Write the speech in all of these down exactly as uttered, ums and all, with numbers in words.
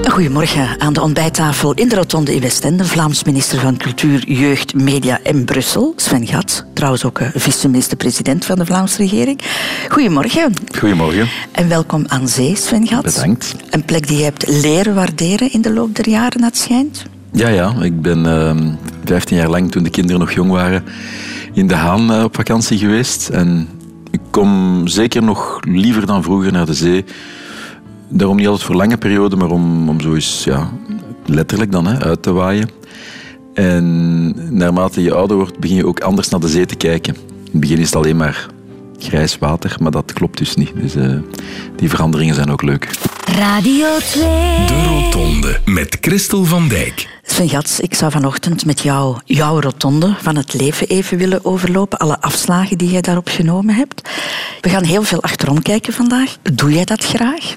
Goedemorgen aan de ontbijttafel in de Rotonde in Westende. Vlaams minister van Cultuur, Jeugd, Media en Brussel, Sven Gat. Trouwens ook vice-minister-president van de Vlaamse regering. Goedemorgen. Goedemorgen. En welkom aan zee, Sven Gat. Bedankt. Een plek die je hebt leren waarderen in de loop der jaren, het schijnt. Ja, ja. Ik ben uh, vijftien jaar lang, toen de kinderen nog jong waren, in De Haan uh, op vakantie geweest. En ik kom zeker nog liever dan vroeger naar de zee. Daarom niet altijd voor lange perioden, maar om, om zo eens, ja, letterlijk dan, hè, uit te waaien. En naarmate je ouder wordt, begin je ook anders naar de zee te kijken. In het begin is het alleen maar grijs water, maar dat klopt dus niet. Dus uh, die veranderingen zijn ook leuk. Radio twee. De Rotonde met Christel van Dijk. Sven Gats, ik zou vanochtend met jou jouw rotonde van het leven even willen overlopen. Alle afslagen die jij daarop genomen hebt. We gaan heel veel achterom kijken vandaag. Doe jij dat graag?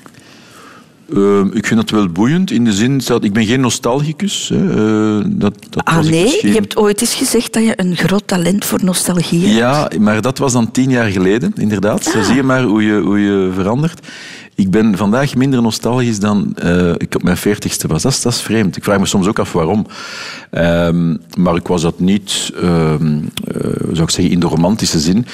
Uh, ik vind dat wel boeiend, in de zin dat ik ben geen nostalgicus. Uh, dat, dat ah nee, misschien... je hebt ooit eens gezegd dat je een groot talent voor nostalgie hebt. Ja, maar dat was dan tien jaar geleden, inderdaad. Ah. Zo zie je maar hoe je, hoe je verandert. Ik ben vandaag minder nostalgisch dan uh, ik op mijn veertigste was. Dat is, dat is vreemd. Ik vraag me soms ook af waarom. Um, maar ik was dat niet, um, uh, zou ik zeggen, in de romantische zin.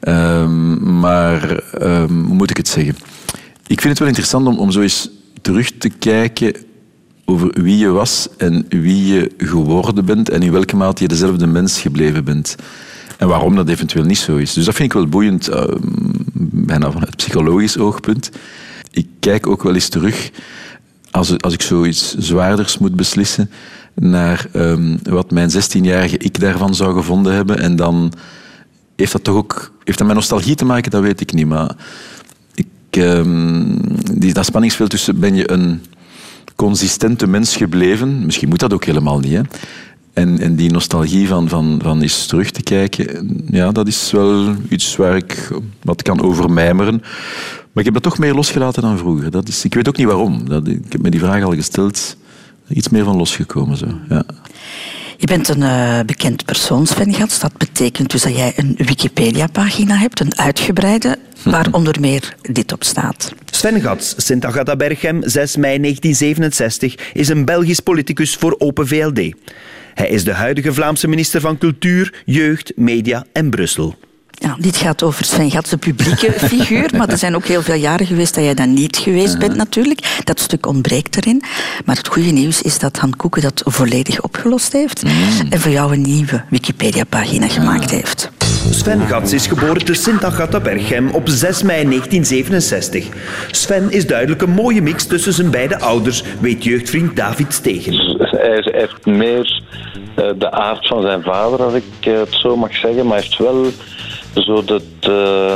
Um, maar, um, hoe moet ik het zeggen? Ik vind het wel interessant om, om zo eens terug te kijken over wie je was en wie je geworden bent en in welke mate je dezelfde mens gebleven bent. En waarom dat eventueel niet zo is. Dus dat vind ik wel boeiend, uh, bijna vanuit psychologisch oogpunt. Ik kijk ook wel eens terug, als, als ik zoiets zwaarders moet beslissen, naar um, wat mijn zestienjarige ik daarvan zou gevonden hebben. En dan heeft dat toch ook, heeft dat met nostalgie te maken, dat weet ik niet. Maar ik, um, die, dat spanningsveld tussen, ben je een consistente mens gebleven? Misschien moet dat ook helemaal niet, hè. En, en die nostalgie van, van, van eens terug te kijken, ja, dat is wel iets waar ik wat kan over mijmeren. Maar ik heb dat toch meer losgelaten dan vroeger. Dat is, ik weet ook niet waarom. Dat, ik heb me die vraag al gesteld. Iets meer van losgekomen. Zo. Ja. Je bent een uh, bekend persoon, Sven Gats. Dat betekent dus dat jij een Wikipedia-pagina hebt, een uitgebreide, waar onder meer dit op staat. Sven Gats, Sint-Agatha-Berchem, zes mei negentien zevenenzestig, is een Belgisch politicus voor Open V L D. Hij is de huidige Vlaamse minister van Cultuur, Jeugd, Media en Brussel. Ja, dit gaat over Sven Gats, de publieke figuur, maar er zijn ook heel veel jaren geweest dat jij dat niet geweest bent natuurlijk. Dat stuk ontbreekt erin. Maar het goede nieuws is dat Han Koeken dat volledig opgelost heeft mm. en voor jou een nieuwe Wikipedia-pagina gemaakt heeft. Sven Gats is geboren te Sint-Agatha-Berchem op zes mei negentien zevenenzestig. Sven is duidelijk een mooie mix tussen zijn beide ouders, weet jeugdvriend David Stegen. Hij heeft meer de aard van zijn vader, als ik het zo mag zeggen, maar hij heeft wel zo dat, uh,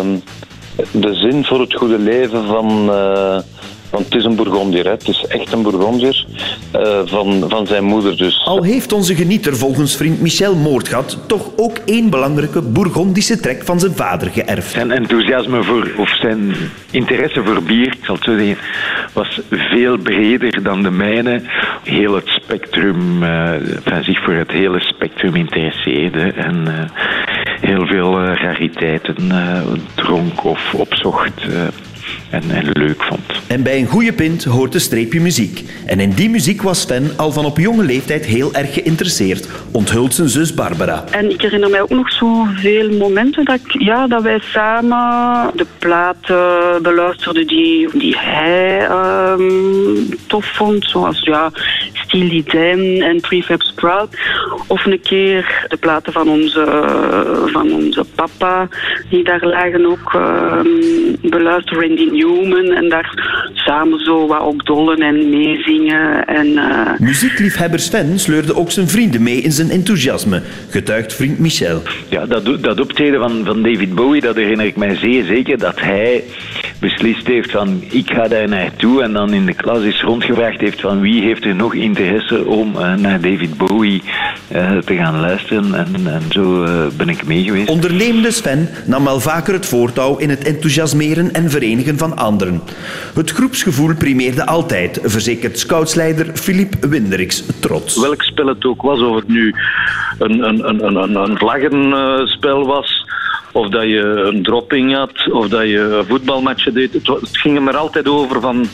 de zin voor het goede leven van... Uh, want het is een Bourgondier, hè. Het is echt een Bourgondier uh, van, van zijn moeder dus. Al heeft onze genieter volgens vriend Michel Moordgat toch ook één belangrijke Bourgondische trek van zijn vader geërfd. Zijn enthousiasme voor, of zijn interesse voor bier, ik zal het zo zeggen, was veel breder dan de mijne. Heel het spectrum, uh, van zich voor het hele spectrum interesseerde en uh, heel veel uh, rariteiten uh, dronk of opzocht. Uh, En, en leuk vond. En bij een goede pint hoort een streepje muziek. En in die muziek was Sven al van op jonge leeftijd heel erg geïnteresseerd, onthult zijn zus Barbara. En ik herinner mij ook nog zoveel momenten dat, ik, ja, dat wij samen de platen beluisterden die, die hij um, tof vond, zoals ja, Steely Dan en Prefab Sprout. Of een keer de platen van onze, van onze papa, die daar lagen ook um, beluisteren. Randy Newman en daar samen zo wat op dollen en meezingen. En, uh... Muziekliefhebber Sven sleurde ook zijn vrienden mee in zijn enthousiasme, getuigt vriend Michel. Ja, dat, dat optreden van, van David Bowie, dat herinner ik mij zeer zeker, dat hij beslist heeft van ik ga daar naartoe en dan in de klas is rondgevraagd heeft van wie heeft er nog interesse om uh, naar David Bowie uh, te gaan luisteren en, en zo uh, ben ik mee geweest. Ondernemende Sven nam wel vaker het voortouw in het enthousiasmeren en verenigen van anderen. Het groepsgevoel primeerde altijd, verzekert scoutsleider Philippe Winderiks trots. Welk spel het ook was, of het nu een, een, een, een, een vlaggenspel was, of dat je een dropping had, of dat je een voetbalmatje deed. Het ging er altijd over van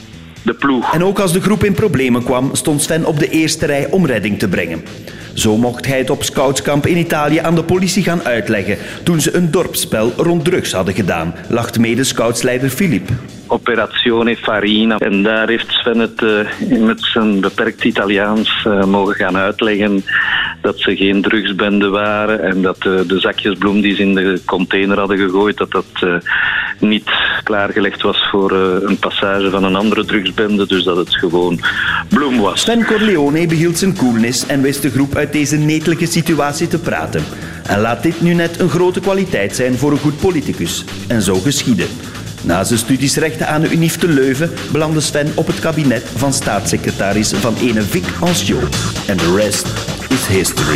de ploeg. En ook als de groep in problemen kwam, stond Sven op de eerste rij om redding te brengen. Zo mocht hij het op scoutskamp in Italië aan de politie gaan uitleggen toen ze een dorpsspel rond drugs hadden gedaan, lacht mede-scoutsleider Philippe. Operazione Farina. En daar heeft Sven het uh, met zijn beperkt Italiaans uh, mogen gaan uitleggen dat ze geen drugsbende waren en dat uh, de zakjes bloem die ze in de container hadden gegooid, dat dat uh, niet klaargelegd was voor uh, een passage van een andere drugsbende, dus dat het gewoon bloem was. Sven Corleone behield zijn coolness en wist de groep uit deze netelige situatie te praten. En laat dit nu net een grote kwaliteit zijn voor een goed politicus. En zo geschiedde. Na zijn studies rechten aan de UNIF te Leuven belandde Sven op het kabinet van staatssecretaris van ene Vic Anciot. En de rest is history.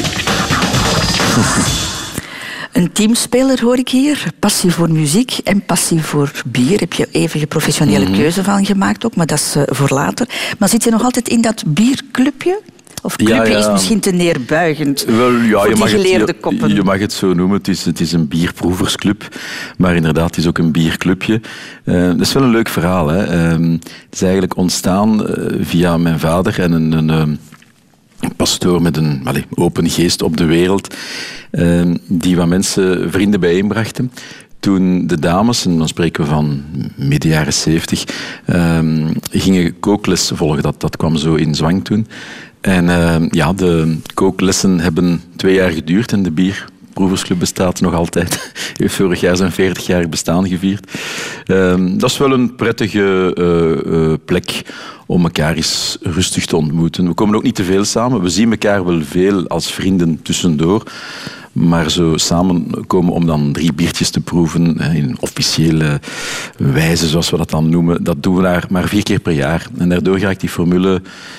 Een teamspeler hoor ik hier. Passie voor muziek en passie voor bier. Heb je even je professionele mm-hmm. keuze van gemaakt ook, maar dat is uh, voor later. Maar zit je nog altijd in dat bierclubje? Of clubje ja, ja. is misschien te neerbuigend Wel, ja, voor je die mag geleerde het, koppen. Je, je mag het zo noemen. Het is, het is een bierproeversclub. Maar inderdaad, het is ook een bierclubje. Uh, dat is wel een leuk verhaal. Hè. Uh, het is eigenlijk ontstaan uh, via mijn vader en een, een, een pastoor met een allez, open geest op de wereld. Uh, die wat mensen, vrienden bijeenbrachten. Toen de dames, en dan spreken we van midden jaren zeventig, uh, gingen kookles volgen. Dat, dat kwam zo in zwang toen. En uh, ja, de kooklessen hebben twee jaar geduurd en de bierproeversclub bestaat nog altijd. Heeft vorig jaar zijn veertig-jarig bestaan gevierd. Uh, dat is wel een prettige uh, uh, plek om elkaar eens rustig te ontmoeten. We komen ook niet te veel samen. We zien elkaar wel veel als vrienden tussendoor. Maar zo samenkomen om dan drie biertjes te proeven in officiële wijze, zoals we dat dan noemen, dat doen we daar maar vier keer per jaar. En daardoor raakt die formule,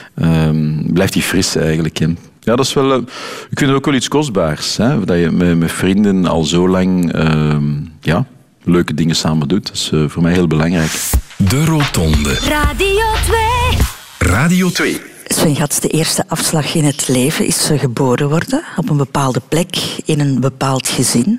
um, blijft die fris eigenlijk. Hè. Ja, dat is wel, uh, ik vind het ook wel iets kostbaars, hè, dat je met, met vrienden al zo lang um, ja, leuke dingen samen doet. Dat is uh, voor mij heel belangrijk. De Rotonde. Radio twee. Radio twee. Sven Gats, de eerste afslag in het leven is geboren worden op een bepaalde plek, in een bepaald gezin.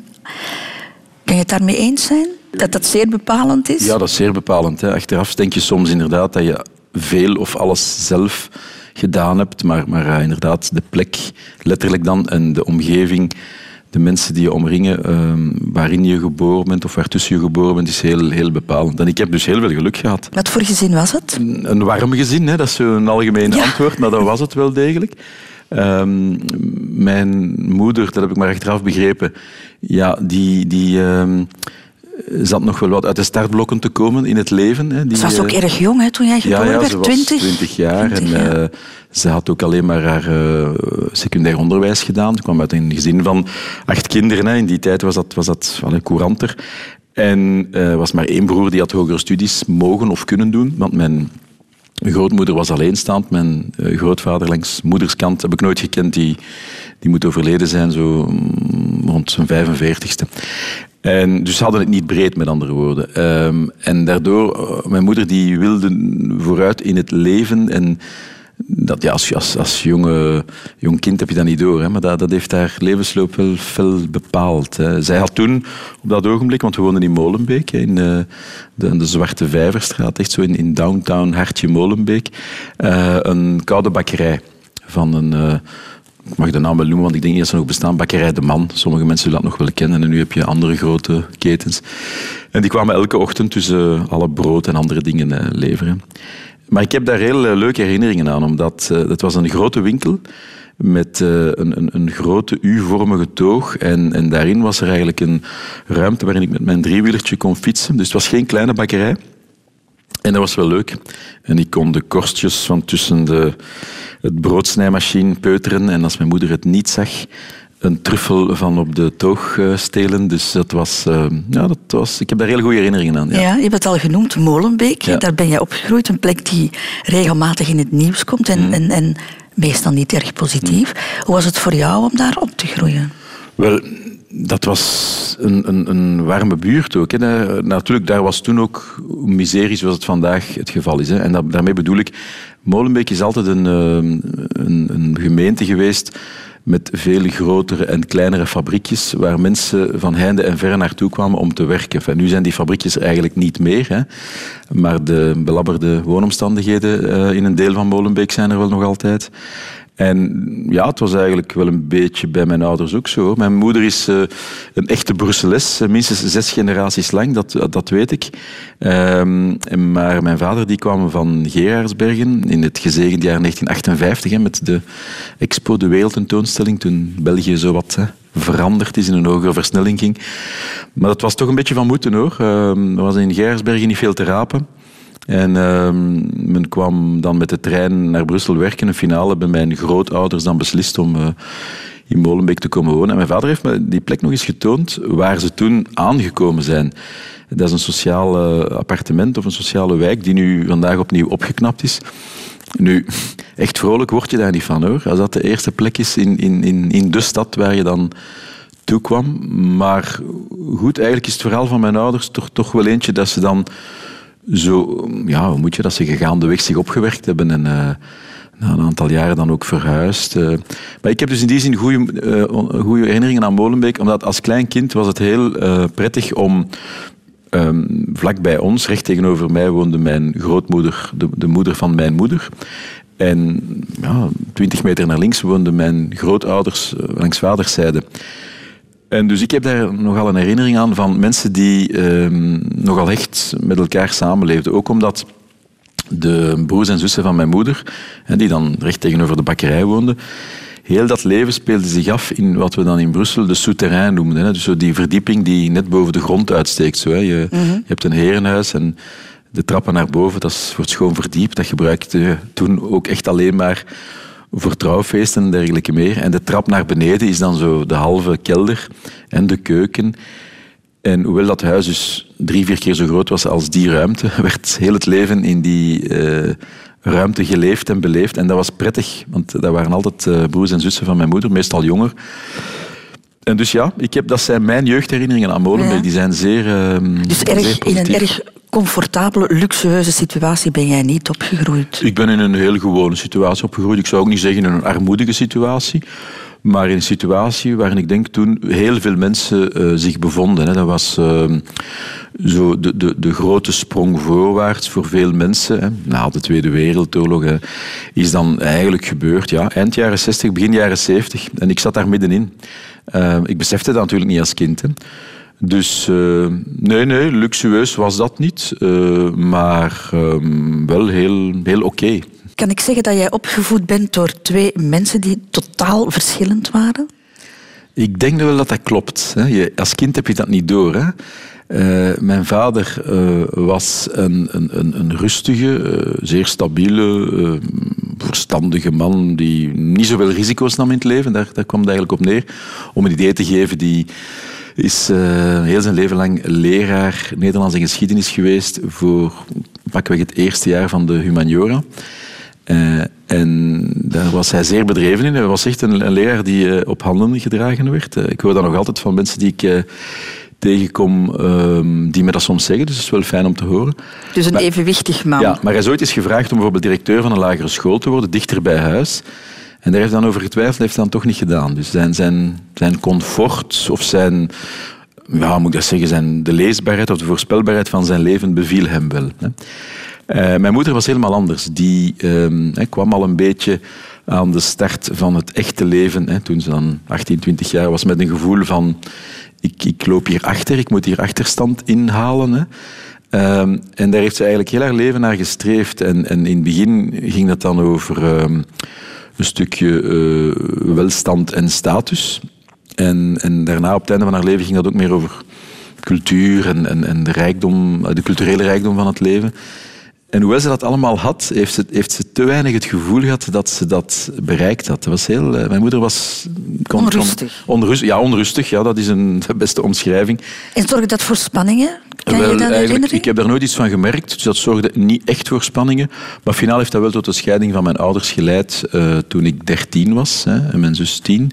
Kan je het daarmee eens zijn? Dat dat zeer bepalend is? Ja, dat is zeer bepalend. Hè. Achteraf denk je soms inderdaad dat je veel of alles zelf gedaan hebt, maar, maar uh, inderdaad de plek, letterlijk dan, en de omgeving, de mensen die je omringen, uh, waarin je geboren bent of waartussen je geboren bent, is heel, heel bepalend. En ik heb dus heel veel geluk gehad. Wat voor gezin was het? Een, een warm gezin, hè, dat is zo'n algemeen ja. antwoord, maar dat was het wel degelijk. Um, mijn moeder, dat heb ik maar achteraf begrepen, ja, die... die um, zat nog wel wat uit de startblokken te komen in het leven. Hè. Die, ze was ook uh, erg jong hè, toen jij geboren ja, ja, werd, ze was twintig? twintig jaar. twintig en, jaar. Uh, ze had ook alleen maar haar uh, secundair onderwijs gedaan. Ze kwam uit een gezin van acht kinderen. Hè. In die tijd was dat, was dat well, couranter. En er uh, was maar één broer die had hogere studies mogen of kunnen doen. Want mijn grootmoeder was alleenstaand. Mijn uh, grootvader langs moederskant heb ik nooit gekend. Die, die moet overleden zijn, zo um, rond zijn vijfenveertigste. En dus ze hadden het niet breed, met andere woorden. Um, en daardoor, uh, mijn moeder die wilde vooruit in het leven. En dat, ja, als, als, als jonge, jong kind heb je dat niet door, hè, maar dat, dat heeft haar levensloop wel fel bepaald. Hè. Zij had toen, op dat ogenblik, want we woonden in Molenbeek, hè, in uh, de, de Zwarte Vijverstraat, echt zo in, in downtown hartje Molenbeek, uh, een koude bakkerij van een... Uh, ik mag de naam wel noemen, want ik denk niet dat ze nog bestaan. Bakkerij De Man. Sommige mensen zullen dat nog wel kennen. En nu heb je andere grote ketens. En die kwamen elke ochtend tussen alle brood en andere dingen uh, leveren. Maar ik heb daar heel uh, leuke herinneringen aan. Omdat uh, het was een grote winkel met uh, een, een, een grote U-vormige toog. En, en daarin was er eigenlijk een ruimte waarin ik met mijn driewielertje kon fietsen. Dus het was geen kleine bakkerij. En dat was wel leuk. En ik kon de korstjes van tussen de, het broodsnijmachine peuteren. En als mijn moeder het niet zag, een truffel van op de toog uh, stelen. Dus dat was, uh, ja, dat was... Ik heb daar heel goede herinneringen aan. Ja, ja je hebt het al genoemd, Molenbeek. Ja. Daar ben je opgegroeid. Een plek die regelmatig in het nieuws komt. En, mm. en, en meestal niet erg positief. Mm. Hoe was het voor jou om daar op te groeien? Wel... Dat was een, een, een warme buurt ook. Hè. Natuurlijk, daar was toen ook miserie zoals het vandaag het geval is. Hè. En dat, daarmee bedoel ik, Molenbeek is altijd een, een, een gemeente geweest met veel grotere en kleinere fabriekjes waar mensen van heinde en verre naartoe kwamen om te werken. Enfin, nu zijn die fabriekjes er eigenlijk niet meer, hè. Maar de belabberde woonomstandigheden uh, in een deel van Molenbeek zijn er wel nog altijd. En ja, het was eigenlijk wel een beetje bij mijn ouders ook zo. Mijn moeder is uh, een echte Brusseles, minstens zes generaties lang, dat, dat weet ik. Um, maar mijn vader die kwam van Geraardsbergen in het gezegende jaar negentien achtenvijftig, hè, met de Expo, de wereldtentoonstelling, toen België zo wat hè, veranderd is, in een hogere versnelling ging. Maar dat was toch een beetje van moeten, hoor. Um, er was in Geraardsbergen niet veel te rapen. En uh, men kwam dan met de trein naar Brussel werken. In de finale hebben mijn grootouders dan beslist om uh, in Molenbeek te komen wonen. En mijn vader heeft me die plek nog eens getoond waar ze toen aangekomen zijn. Dat is een sociaal uh, appartement of een sociale wijk die nu vandaag opnieuw opgeknapt is. Nu, echt vrolijk word je daar niet van, hoor. Als dat de eerste plek is in, in, in, in de stad waar je dan toe kwam. Maar goed, eigenlijk is het verhaal van mijn ouders toch, toch wel eentje dat ze dan zo, ja, hoe moet je dat zeggen, gaandeweg zich opgewerkt hebben en uh, na een aantal jaren dan ook verhuisd. Uh, maar ik heb dus in die zin goede uh, goede herinneringen aan Molenbeek, omdat als klein kind was het heel uh, prettig om um, vlak bij ons, recht tegenover mij, woonde mijn grootmoeder, de, de moeder van mijn moeder. En ja, twintig meter naar links woonden mijn grootouders uh, langs vaderszijde. En dus ik heb daar nogal een herinnering aan van mensen die uh, nogal echt met elkaar samenleefden. Ook omdat de broers en zussen van mijn moeder, die dan recht tegenover de bakkerij woonden, heel dat leven speelde zich af in wat we dan in Brussel de souterrain noemden. Dus zo die verdieping die net boven de grond uitsteekt. Zo, hè. Je, mm-hmm. je hebt een herenhuis en de trappen naar boven, dat wordt schoon verdiept. Dat gebruikte je toen ook echt alleen maar voor trouwfeesten en dergelijke meer. En de trap naar beneden is dan zo de halve kelder en de keuken. En hoewel dat huis dus drie, vier keer zo groot was als die ruimte, werd heel het leven in die uh, ruimte geleefd en beleefd. En dat was prettig, want dat waren altijd uh, broers en zussen van mijn moeder, meestal jonger. En dus ja, ik heb, dat zijn mijn jeugdherinneringen aan Molenbeek. Ja. Die zijn zeer uh, Dus erg, zeer in een erg comfortabele, luxueuze situatie ben jij niet opgegroeid? Ik ben in een heel gewone situatie opgegroeid. Ik zou ook niet zeggen in een armoedige situatie, maar in een situatie waarin ik denk toen heel veel mensen uh, zich bevonden. Hè. Dat was uh, zo de, de, de grote sprong voorwaarts voor veel mensen. Hè. Na de Tweede Wereldoorlog hè, is dan eigenlijk gebeurd. Ja, eind jaren zestig, begin jaren zeventig. En ik zat daar middenin. Uh, ik besefte dat natuurlijk niet als kind. Hè. Dus uh, nee, nee, luxueus was dat niet. Uh, maar uh, wel heel, heel oké. Okay. Kan ik zeggen dat jij opgevoed bent door twee mensen die totaal verschillend waren? Ik denk wel dat dat klopt. Hè. Je, als kind heb je dat niet door. Hè. Uh, mijn vader uh, was een, een, een rustige, uh, zeer stabiele, uh, verstandige man die niet zoveel risico's nam in het leven. Daar, daar kwam het eigenlijk op neer. Om een idee te geven, die is uh, heel zijn leven lang leraar Nederlandse geschiedenis geweest voor pakweg het eerste jaar van de humaniora. Uh, en daar was hij zeer bedreven in. Hij was echt een, een leraar die uh, op handen gedragen werd. Uh, ik hoor dat nog altijd van mensen die ik uh, tegenkom, uh, die me dat soms zeggen. Dus het is wel fijn om te horen. Dus een maar, evenwichtig man. Ja, maar hij is ooit eens gevraagd om bijvoorbeeld directeur van een lagere school te worden, dichter bij huis. En daar heeft hij dan over getwijfeld, heeft hij dan toch niet gedaan. Dus zijn, zijn, zijn comfort of zijn, ja, moet ik dat zeggen, zijn, de leesbaarheid of de voorspelbaarheid van zijn leven beviel hem wel. Hè. Uh, mijn moeder was helemaal anders. Die uh, kwam al een beetje aan de start van het echte leven, hè, toen ze dan achttien, twintig jaar was, met een gevoel van ik, ik loop hier achter, ik moet hier achterstand inhalen. Hè. Uh, en daar heeft ze eigenlijk heel haar leven naar gestreefd. En, en in het begin ging dat dan over uh, een stukje uh, welstand en status. En, en daarna, op het einde van haar leven, ging dat ook meer over cultuur en, en, en de rijkdom, de culturele rijkdom van het leven. En hoewel ze dat allemaal had, heeft ze, heeft ze te weinig het gevoel gehad dat ze dat bereikt had. Dat was heel, mijn moeder was... Onrustig. Onrustig. Ja, onrustig. Ja, dat is een, de beste omschrijving. En zorgde dat voor spanningen? Kan wel, je dat herinneren? Ik heb daar nooit iets van gemerkt, dus dat zorgde niet echt voor spanningen. Maar finaal heeft dat wel tot de scheiding van mijn ouders geleid uh, toen ik dertien was hè, en mijn zus tien.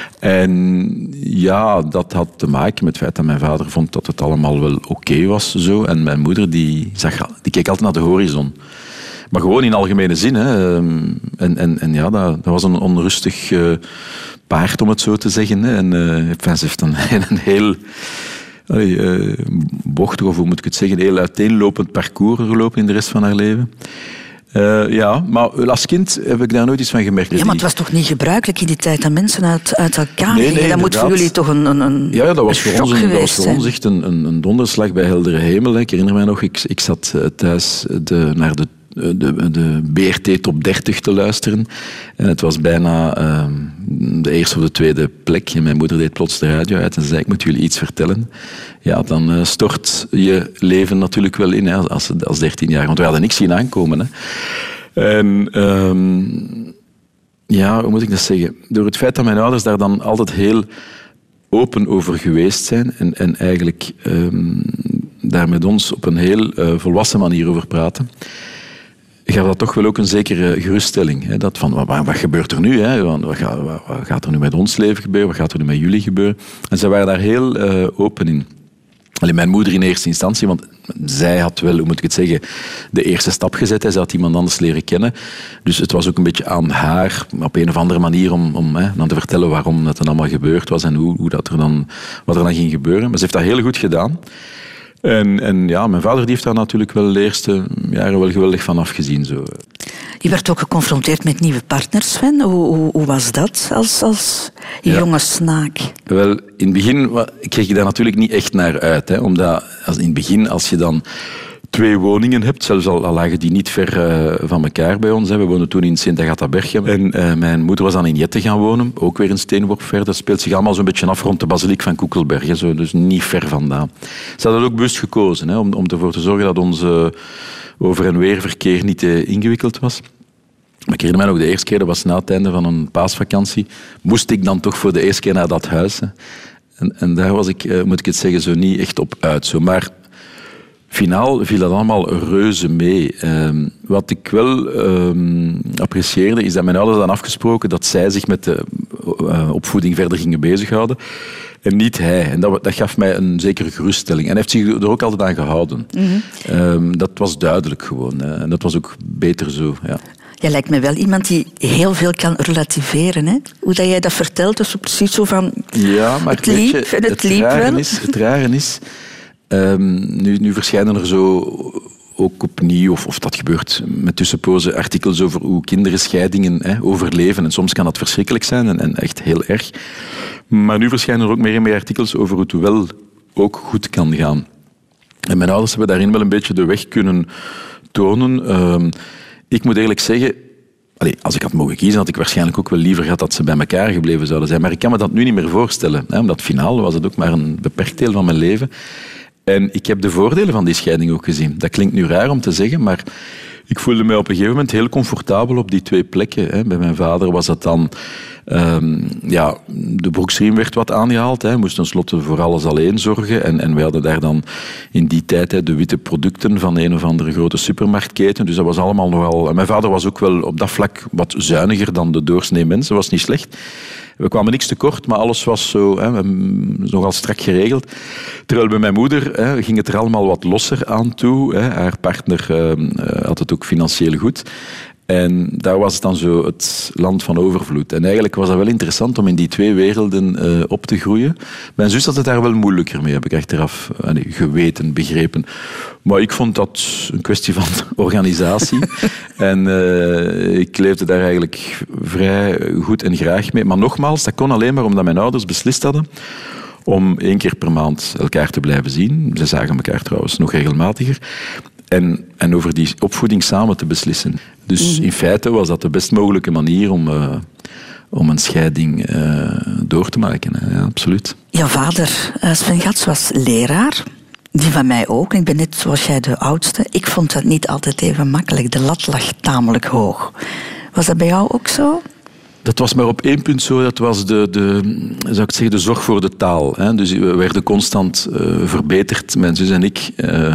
En ja, dat had te maken met het feit dat mijn vader vond dat het allemaal wel oké okay was. Zo. En mijn moeder die zag, die keek altijd naar de horizon. Maar gewoon in algemene zin. Hè. En, en, en ja, dat, dat was een onrustig uh, paard, om het zo te zeggen. Hè. En uh, ze heeft dan een heel allee, uh, bochtig, of hoe moet ik het zeggen, heel uiteenlopend parcours gelopen in de rest van haar leven. Uh, ja, maar als kind heb ik daar nooit iets van gemerkt. Ja, maar het was toch niet gebruikelijk in die tijd dat mensen uit, uit elkaar nee, gingen? nee, dat moet voor jullie toch een, een, een ja, ja, dat was voor ons, een, dat was voor zijn. ons echt een, een, een donderslag bij heldere hemel. Ik herinner mij nog, ik, ik zat thuis de, naar de, de, de B R T Top dertig te luisteren. En het was bijna uh, de eerste of de tweede plek. En mijn moeder deed plots de radio uit en zei, ik moet jullie iets vertellen. Ja, dan uh, stort je leven natuurlijk wel in, hè, als, als dertien jaar. Want we hadden niks zien aankomen. Hè. En um, ja, hoe moet ik dat zeggen? Door het feit dat mijn ouders daar dan altijd heel open over geweest zijn en, en eigenlijk um, daar met ons op een heel uh, volwassen manier over praten, gaf dat toch wel ook een zekere geruststelling. Hè? Dat van, wat, wat gebeurt er nu? Hè? Wat, gaat, wat, wat gaat er nu met ons leven gebeuren? Wat gaat er nu met jullie gebeuren? En ze waren daar heel uh, open in. Alleen mijn moeder in eerste instantie, want zij had wel, hoe moet ik het zeggen, de eerste stap gezet. Hè. Ze had iemand anders leren kennen. Dus het was ook een beetje aan haar, op een of andere manier, om, om hè, dan te vertellen waarom dat dan allemaal gebeurd was en hoe, hoe dat er dan, wat er dan ging gebeuren. Maar ze heeft dat heel goed gedaan. En, en ja, mijn vader die heeft daar natuurlijk wel de eerste jaren wel geweldig van afgezien. Zo. Je werd ook geconfronteerd met nieuwe partners, Sven. Hoe, hoe, hoe was dat als, als ja. jonge snaak? Wel, in het begin kreeg je daar natuurlijk niet echt naar uit. Hè, omdat als in het begin, als je dan twee woningen hebt, zelfs al, al lagen die niet ver uh, van elkaar bij ons. Hè. We woonden toen in Sint-Agatha-Berchem. En uh, mijn moeder was dan in Jette gaan wonen, ook weer een steenworp verder. Dat speelt zich allemaal zo'n beetje af rond de basiliek van Koekelberg. Hè, zo, dus niet ver vandaan. Ze hadden ook bewust gekozen, hè, om, om ervoor te zorgen dat onze over- en weerverkeer niet uh, ingewikkeld was. Maar ik herinner mij nog de eerste keer, dat was na het einde van een paasvakantie, moest ik dan toch voor de eerste keer naar dat huis. Hè. En, en daar was ik, uh, moet ik het zeggen, zo niet echt op uit. Zo. Maar finaal viel dat allemaal reuze mee. Uh, wat ik wel uh, apprecieerde, is dat mijn ouders hadden afgesproken dat zij zich met de uh, opvoeding verder gingen bezighouden. En niet hij. En dat, dat gaf mij een zekere geruststelling. En hij heeft zich er ook altijd aan gehouden. Mm-hmm. Uh, dat was duidelijk gewoon. Uh, en dat was ook beter zo, ja. Jij lijkt me wel iemand die heel veel kan relativeren. Hè? Hoe dat jij dat vertelt, is zo precies zo van... Ja, maar het liep, weet je, het, het liep rare wel. Is, het rare is... Um, nu, nu verschijnen er zo ook opnieuw, of, of dat gebeurt met tussenpozen, artikels over hoe kinderen scheidingen hè, overleven. En soms kan dat verschrikkelijk zijn en, en echt heel erg. Maar nu verschijnen er ook meer en meer artikels over hoe het wel ook goed kan gaan. En mijn ouders hebben daarin wel een beetje de weg kunnen tonen. Um, ik moet eerlijk zeggen... Allee, als ik had mogen kiezen, had ik waarschijnlijk ook wel liever gehad dat ze bij elkaar gebleven zouden zijn. Maar ik kan me dat nu niet meer voorstellen. Hè, omdat finaal was het ook maar een beperkt deel van mijn leven. En ik heb de voordelen van die scheiding ook gezien. Dat klinkt nu raar om te zeggen, maar ik voelde mij op een gegeven moment heel comfortabel op die twee plekken. Hè. Bij mijn vader was dat dan... Um, ja, de broeksriem werd wat aangehaald. Hij moest tenslotte voor alles alleen zorgen. En, en wij hadden daar dan in die tijd hè, de witte producten van een of andere grote supermarktketen. Dus dat was allemaal nogal... En mijn vader was ook wel op dat vlak wat zuiniger dan de doorsnee mensen. Dat was niet slecht. We kwamen niks tekort, maar alles was zo, hè, nogal strak geregeld. Terwijl bij mijn moeder hè, ging het er allemaal wat losser aan toe. Hè. Haar partner uh, had het ook financieel goed. En daar was het dan zo het land van overvloed. En eigenlijk was dat wel interessant om in die twee werelden uh, op te groeien. Mijn zus had het daar wel moeilijker mee, heb ik achteraf uh, nee, geweten, begrepen. Maar ik vond dat een kwestie van organisatie. en uh, ik leefde daar eigenlijk vrij goed en graag mee. Maar nogmaals, dat kon alleen maar omdat mijn ouders beslist hadden om één keer per maand elkaar te blijven zien. Ze zagen elkaar trouwens nog regelmatiger. En, en over die opvoeding samen te beslissen. Dus mm-hmm. in feite was dat de best mogelijke manier om, uh, om een scheiding uh, door te maken. Hè. Ja, absoluut. Jouw vader, uh, Sven Gats, was leraar. Die van mij ook. Ik ben net zoals jij de oudste. Ik vond dat niet altijd even makkelijk. De lat lag tamelijk hoog. Was dat bij jou ook zo? Dat was maar op één punt zo, dat was de, de, zou ik zeggen, de zorg voor de taal. Hè. Dus we werden constant uh, verbeterd, mijn zus en ik, uh,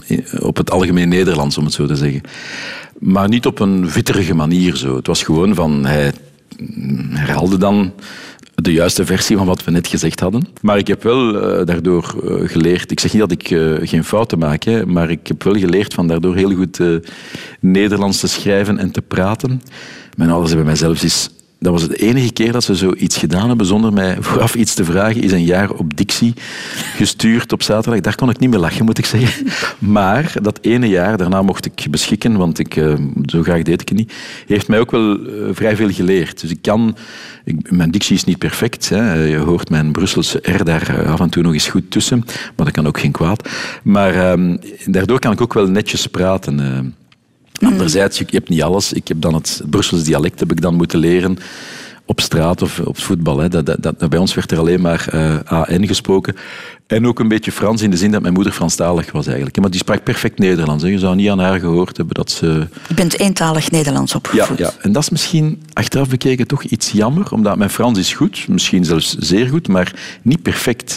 op het algemeen Nederlands, om het zo te zeggen. Maar niet op een vitterige manier zo. Het was gewoon van, hij herhaalde dan de juiste versie van wat we net gezegd hadden. Maar ik heb wel uh, daardoor uh, geleerd... Ik zeg niet dat ik uh, geen fouten maak, hè, maar ik heb wel geleerd van daardoor heel goed uh, Nederlands te schrijven en te praten. Mijn ouders hebben mij zelfs eens... Dat was de enige keer dat ze zoiets gedaan hebben zonder mij vooraf iets te vragen. Is een jaar op dictie gestuurd op zaterdag. Daar kon ik niet meer lachen, moet ik zeggen. Maar dat ene jaar, daarna mocht ik beschikken, want ik, uh, zo graag deed ik het niet, heeft mij ook wel uh, vrij veel geleerd. Dus ik kan... Ik, mijn dictie is niet perfect. Hè. Je hoort mijn Brusselse R daar af en toe nog eens goed tussen. Maar dat kan ook geen kwaad. Maar uh, daardoor kan ik ook wel netjes praten. Uh, Anderzijds, je hebt niet alles. Ik heb dan het Brussels dialect heb ik dan moeten leren op straat of op het voetbal. Hè. Dat, dat, dat, bij ons werd er alleen maar uh, A N gesproken. En ook een beetje Frans in de zin dat mijn moeder Franstalig was eigenlijk. Maar die sprak perfect Nederlands. Hè. Je zou niet aan haar gehoord hebben dat ze... Je bent eentalig Nederlands opgevoed. Ja, ja, en dat is misschien achteraf bekeken toch iets jammer, omdat mijn Frans is goed, misschien zelfs zeer goed, maar niet perfect.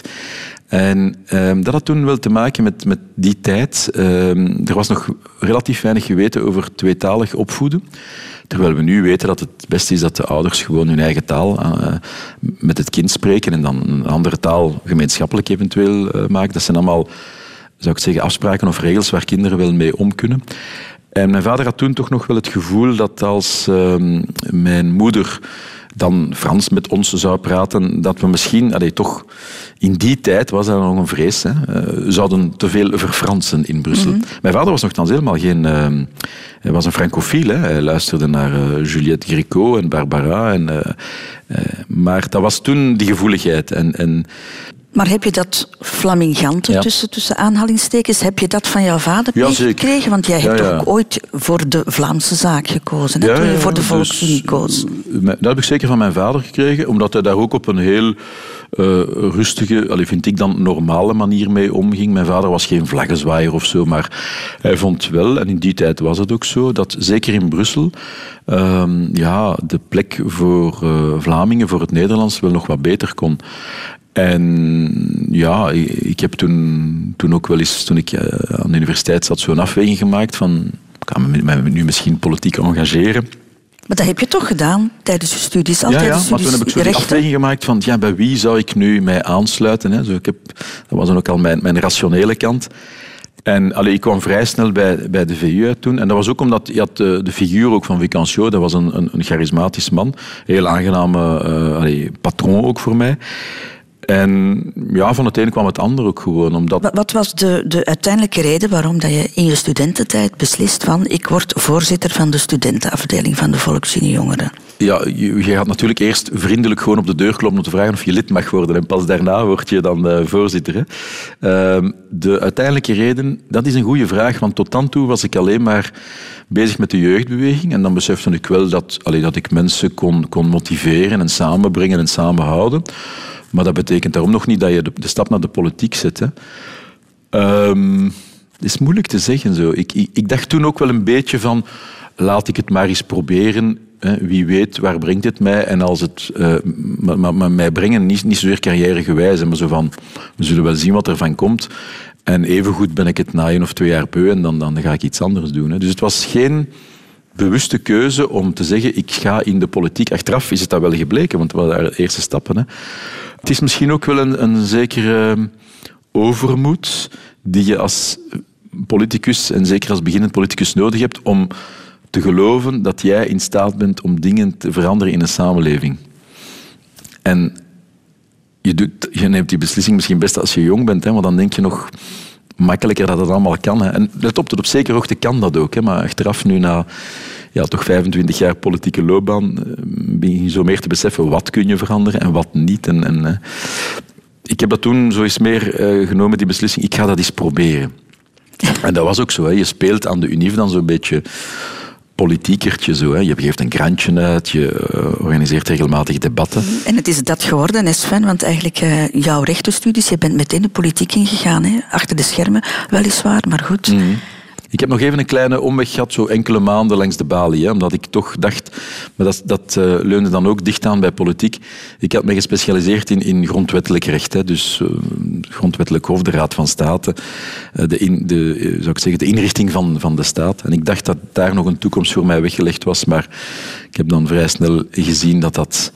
En um, dat had toen wel te maken met, met die tijd. Um, er was nog relatief weinig geweten over tweetalig opvoeden. Terwijl we nu weten dat het beste is dat de ouders gewoon hun eigen taal uh, met het kind spreken en dan een andere taal gemeenschappelijk eventueel uh, maken. Dat zijn allemaal, zou ik zeggen, afspraken of regels waar kinderen wel mee om kunnen. En mijn vader had toen toch nog wel het gevoel dat als um, mijn moeder dan Frans met ons zou praten, dat we misschien, allee, toch in die tijd was dat nog een vrees, hè, uh, zouden te veel verfransen in Brussel. Mm-hmm. Mijn vader was nogthans helemaal geen... Uh, hij was een francofiel, hè. Hij luisterde naar uh, Juliette Gréco en Barbara. En, uh, uh, maar dat was toen die gevoeligheid. En, en Maar heb je dat flamingante, ja. tussen, tussen aanhalingstekens, heb je dat van jouw vader ja, meegekregen? Want jij hebt ja, ja. toch ooit voor de Vlaamse zaak gekozen, hè? Ja, toen je voor de Volksunie dus, koos. Dat heb ik zeker van mijn vader gekregen, omdat hij daar ook op een heel uh, rustige, allee, vind ik dan, normale manier mee omging. Mijn vader was geen vlaggenzwaaier of zo, maar hij vond wel, en in die tijd was het ook zo, dat zeker in Brussel uh, ja, de plek voor uh, Vlamingen, voor het Nederlands, wel nog wat beter kon. En ja, ik heb toen, toen ook wel eens, toen ik aan de universiteit zat, zo'n afweging gemaakt van, ik ga me nu misschien politiek engageren. Maar dat heb je toch gedaan tijdens je studies? Ja, ja, maar toen heb ik zo'n afweging gemaakt van, ja, bij wie zou ik nu mij aansluiten? Hè? Zo, ik heb, dat was dan ook al mijn, mijn rationele kant. En allee, ik kwam vrij snel bij, bij de V U uit toen. En dat was ook omdat je had de, de figuur ook van Vicancio, dat was een, een, een charismatisch man. Heel aangename uh, allee, patroon ook voor mij. En ja, van het ene kwam het ander ook gewoon. Omdat... Wat was de, de uiteindelijke reden waarom dat je in je studententijd beslist van ik word voorzitter van de studentenafdeling van de Volksunie Jongeren? Ja, je, je gaat natuurlijk eerst vriendelijk gewoon op de deur kloppen om te vragen of je lid mag worden. En pas daarna word je dan uh, voorzitter. Hè. Uh, de uiteindelijke reden, dat is een goede vraag. Want tot dan toe was ik alleen maar bezig met de jeugdbeweging. En dan besefte ik wel dat, allee, dat ik mensen kon, kon motiveren en samenbrengen en samenhouden. Maar dat betekent daarom nog niet dat je de, de stap naar de politiek zet. Hè. Um, het is moeilijk te zeggen. Zo. Ik, ik, ik dacht toen ook wel een beetje van, laat ik het maar eens proberen. Hè. Wie weet, waar brengt het mij? En als het uh, maar, maar, maar mij brengen, niet, niet zozeer carrièregewijs, maar zo van, we zullen wel zien wat er van komt. En evengoed ben ik het na één of twee jaar beu en dan, dan ga ik iets anders doen. Hè. Dus het was geen bewuste keuze om te zeggen, ik ga in de politiek. Achteraf is het dat wel gebleken, want het waren de eerste stappen. Hè. Het is misschien ook wel een, een zekere overmoed die je als politicus, en zeker als beginnend politicus, nodig hebt om te geloven dat jij in staat bent om dingen te veranderen in een samenleving. En je, doet, je neemt die beslissing misschien best als je jong bent, hè, want dan denk je nog makkelijker dat het allemaal kan. Hè. En let op, tot op zekere hoogte kan dat ook. Hè, maar achteraf nu na ja, toch vijfentwintig jaar politieke loopbaan begin je zo meer te beseffen wat kun je veranderen en wat niet. En, en, uh, ik heb dat toen zo eens meer uh, genomen, die beslissing. Ik ga dat eens proberen. En dat was ook zo. Hè. Je speelt aan de Unief dan zo'n beetje politiekertje. Zo, hè. Je geeft een krantje uit, je uh, organiseert regelmatig debatten. En het is dat geworden, hè, Sven, want eigenlijk uh, jouw rechtenstudies, je bent meteen de politiek ingegaan, hè. Achter de schermen, weliswaar, maar goed. Mm-hmm. Ik heb nog even een kleine omweg gehad, zo enkele maanden langs de balie. Hè, omdat ik toch dacht, maar dat, dat uh, leunde dan ook dicht aan bij politiek. Ik had me gespecialiseerd in, in grondwettelijk recht. Hè, dus uh, grondwettelijk hof, de Raad van State, uh, de, in, de, uh, zou ik zeggen, de inrichting van, van de staat. En ik dacht dat daar nog een toekomst voor mij weggelegd was, maar ik heb dan vrij snel gezien dat dat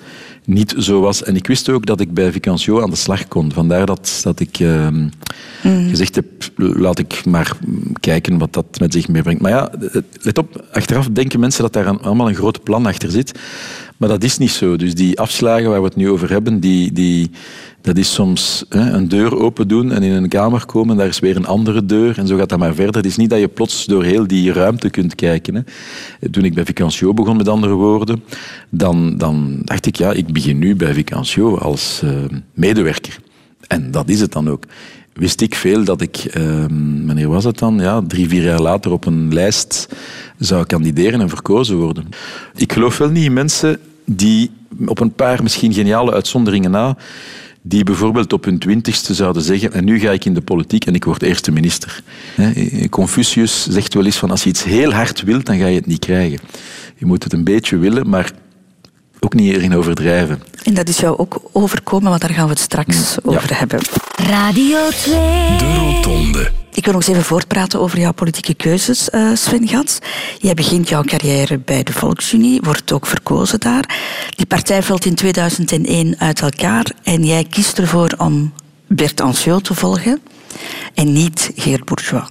niet zo was. En ik wist ook dat ik bij Vicancio aan de slag kon. Vandaar dat, dat ik uh, mm. gezegd heb, laat ik maar kijken wat dat met zich meebrengt. Maar ja, let op, achteraf denken mensen dat daar allemaal een groot plan achter zit. Maar dat is niet zo. Dus die afslagen waar we het nu over hebben, die, die, dat is soms hè, een deur open doen en in een kamer komen, daar is weer een andere deur en zo gaat dat maar verder. Het is niet dat je plots door heel die ruimte kunt kijken. Hè. Toen ik bij Vicancio begon, met andere woorden, dan, dan dacht ik, ja, ik begin nu bij Vicancio als uh, medewerker. En dat is het dan ook. Wist ik veel dat ik, uh, wanneer was het dan? Ja, drie, vier jaar later op een lijst zou kandideren en verkozen worden. Ik geloof wel niet in mensen die op een paar misschien geniale uitzonderingen na, die bijvoorbeeld op hun twintigste zouden zeggen, en nu ga ik in de politiek en ik word eerste minister. Confucius zegt wel eens van, als je iets heel hard wilt, dan ga je het niet krijgen. Je moet het een beetje willen, maar ook niet erin overdrijven. En dat is jou ook overkomen, want daar gaan we het straks ja. over hebben. Radio twee. De Rotonde. Ik wil nog eens even voortpraten over jouw politieke keuzes, uh, Sven Gans. Jij begint jouw carrière bij de Volksunie, wordt ook verkozen daar. Die partij valt in tweeduizend één uit elkaar en jij kiest ervoor om Bert Anciaux te volgen en niet Geert Bourgeois.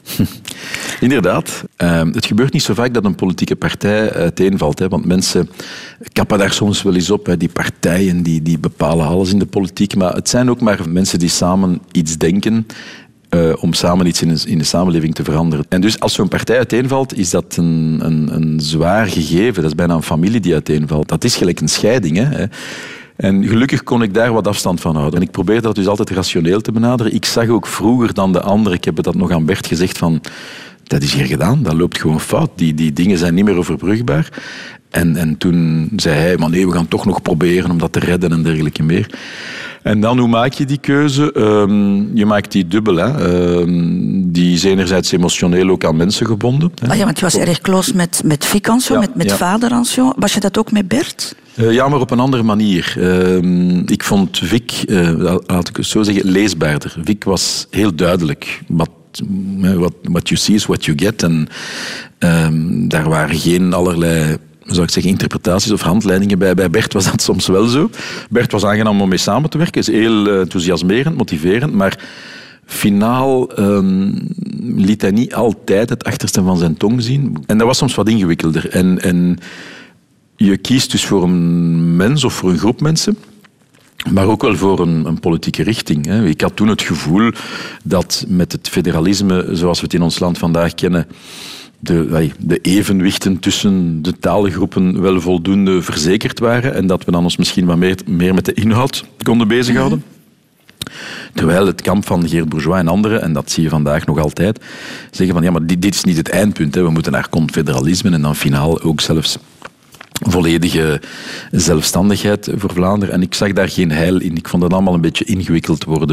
Inderdaad. Uh, het gebeurt niet zo vaak dat een politieke partij uiteenvalt. Hè, want mensen kappen daar soms wel eens op. Hè. Die partijen die, die bepalen alles in de politiek. Maar het zijn ook maar mensen die samen iets denken. Uh, om samen iets in de, in de samenleving te veranderen. En dus als zo'n partij uiteenvalt, is dat een, een, een zwaar gegeven. Dat is bijna een familie die uiteenvalt. Dat is gelijk een scheiding. Hè. En gelukkig kon ik daar wat afstand van houden. En ik probeerde dat dus altijd rationeel te benaderen. Ik zag ook vroeger dan de anderen, ik heb dat nog aan Bert gezegd, van dat is hier gedaan, dat loopt gewoon fout. Die, die dingen zijn niet meer overbrugbaar. En, en toen zei hij, maar nee, we gaan toch nog proberen om dat te redden en dergelijke meer. En dan, hoe maak je die keuze? Um, je maakt die dubbel. Hè. Um, die is enerzijds emotioneel ook aan mensen gebonden. Hè. Ah ja, want je was erg close met, met Vic Anciaux, ja, met, met ja. vader Anciaux. Was je dat ook met Bert? Uh, ja, maar op een andere manier. Uh, ik vond Vic, uh, laat ik het zo zeggen, leesbaarder. Vic was heel duidelijk. Wat, what, what you see is what you get. En uh, daar waren geen allerlei, zou ik zeggen, interpretaties of handleidingen bij. Bij Bert was dat soms wel zo. Bert was aangenaam om mee samen te werken. Is heel uh, enthousiasmerend, motiverend, maar finaal um, liet hij niet altijd het achterste van zijn tong zien. En dat was soms wat ingewikkelder. En, en je kiest dus voor een mens of voor een groep mensen, maar ook wel voor een, een politieke richting. Ik had toen het gevoel dat met het federalisme, zoals we het in ons land vandaag kennen, de, de evenwichten tussen de taalgroepen wel voldoende verzekerd waren en dat we dan ons misschien wat meer, meer met de inhoud konden bezighouden. Terwijl het kamp van Geert Bourgeois en anderen, en dat zie je vandaag nog altijd, zeggen van ja, maar dit, dit is niet het eindpunt. Hè. We moeten naar confederalisme en dan finaal ook zelfs volledige zelfstandigheid voor Vlaanderen. En ik zag daar geen heil in. Ik vond het allemaal een beetje ingewikkeld worden.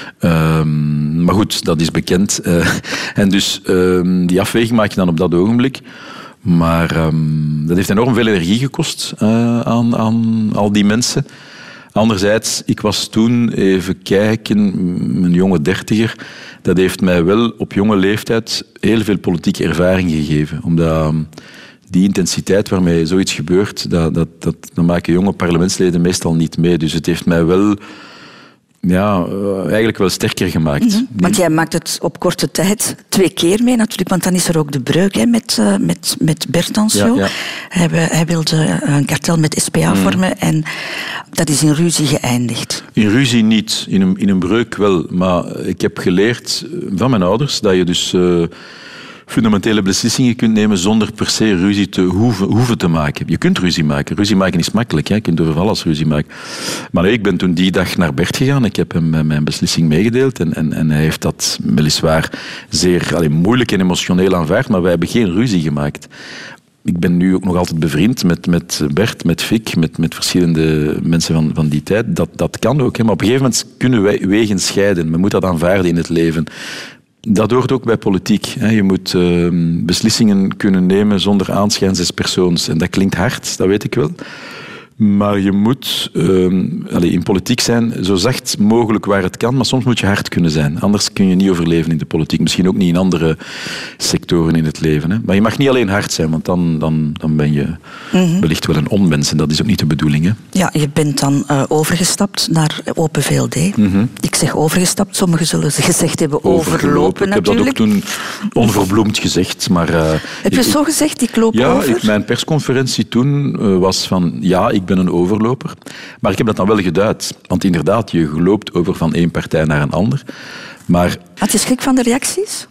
Um, maar goed, dat is bekend. Uh, en dus um, die afweging maak je dan op dat ogenblik. Maar um, dat heeft enorm veel energie gekost uh, aan, aan al die mensen. Anderzijds, ik was toen, even kijken, een jonge dertiger. Dat heeft mij wel op jonge leeftijd heel veel politieke ervaring gegeven. Omdat die intensiteit waarmee zoiets gebeurt, dat, dat, dat, dat maken jonge parlementsleden meestal niet mee. Dus het heeft mij wel, ja, eigenlijk wel sterker gemaakt. Mm-hmm. Want jij maakt het op korte tijd twee keer mee natuurlijk, want dan is er ook de breuk hè, met, uh, met, met Bert Anciaux. Ja, ja. Hij, hij wilde een kartel met S P A mm. vormen en dat is in ruzie geëindigd. In ruzie niet, in een, in een breuk wel. Maar ik heb geleerd van mijn ouders dat je dus Uh, fundamentele beslissingen kunt nemen zonder per se ruzie te hoeven, hoeven te maken. Je kunt ruzie maken. Ruzie maken is makkelijk. Hè? Je kunt over alles ruzie maken. Maar nee, ik ben toen die dag naar Bert gegaan. Ik heb hem mijn beslissing meegedeeld. En, en, en hij heeft dat weliswaar zeer allee, moeilijk en emotioneel aanvaard. Maar wij hebben geen ruzie gemaakt. Ik ben nu ook nog altijd bevriend met, met Bert, met Vic, met, met verschillende mensen van, van die tijd. Dat, dat kan ook. Hè? Maar op een gegeven moment kunnen wij wegen scheiden. Men moet dat aanvaarden in het leven. Dat hoort ook bij politiek. Je moet uh, beslissingen kunnen nemen zonder aanschijnsels persoons. En dat klinkt hard, dat weet ik wel. Maar je moet uh, allez, in politiek zijn zo zacht mogelijk waar het kan, maar soms moet je hard kunnen zijn. Anders kun je niet overleven in de politiek. Misschien ook niet in andere sectoren in het leven. Hè. Maar je mag niet alleen hard zijn, want dan, dan, dan ben je mm-hmm. wellicht wel een onmens. En dat is ook niet de bedoeling. Hè. Ja, je bent dan uh, overgestapt naar Open V L D. Mm-hmm. Ik zeg overgestapt, sommigen zullen gezegd hebben overlopen, overlopen natuurlijk. Ik heb dat ook toen onverbloemd gezegd. Maar, uh, heb je ik, zo gezegd, ik loop ja, over? Ja, mijn persconferentie toen uh, was van, ja, ik ben een overloper. Maar ik heb dat dan wel geduid. Want inderdaad, je loopt over van één partij naar een ander. Maar, had je schrik van de reacties?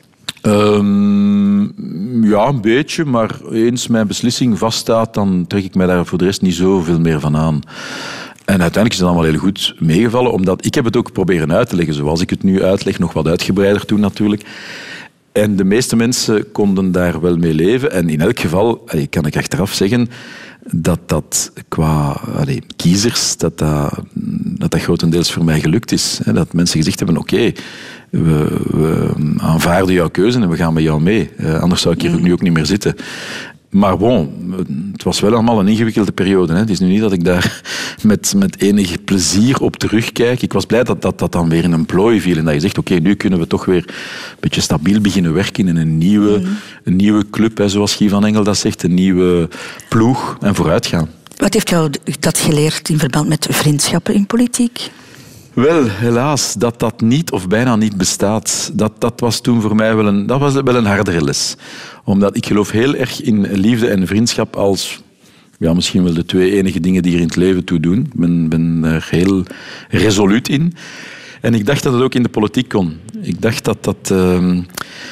Um, ja, een beetje. Maar eens mijn beslissing vaststaat, dan trek ik mij daar voor de rest niet zoveel meer van aan. En uiteindelijk is het allemaal heel goed meegevallen, omdat ik heb het ook proberen uit te leggen, zoals ik het nu uitleg, nog wat uitgebreider toen natuurlijk. En de meeste mensen konden daar wel mee leven. En in elk geval, kan ik achteraf zeggen, dat dat qua allee, kiezers, dat dat, dat dat grotendeels voor mij gelukt is. Dat mensen gezegd hebben, oké, okay, we, we aanvaarden jouw keuze en we gaan met jou mee. Anders zou ik hier nu ook niet meer zitten. Maar bon, het was wel allemaal een ingewikkelde periode. Hè. Het is nu niet dat ik daar met, met enig plezier op terugkijk. Ik was blij dat dat, dat dan weer in een plooi viel. En dat je zegt, oké, okay, nu kunnen we toch weer een beetje stabiel beginnen werken in een nieuwe, mm. een nieuwe club, hè, zoals Guy van Engel dat zegt. Een nieuwe ploeg en vooruitgaan. Wat heeft jou dat geleerd in verband met vriendschappen in politiek? Wel, helaas, dat dat niet of bijna niet bestaat. Dat, dat was toen voor mij wel een, dat was wel een hardere les. Omdat ik geloof heel erg in liefde en vriendschap als ja, misschien wel de twee enige dingen die er in het leven toe doen. Ik ben, ben er heel resoluut in. En ik dacht dat het ook in de politiek kon. Ik dacht dat dat um,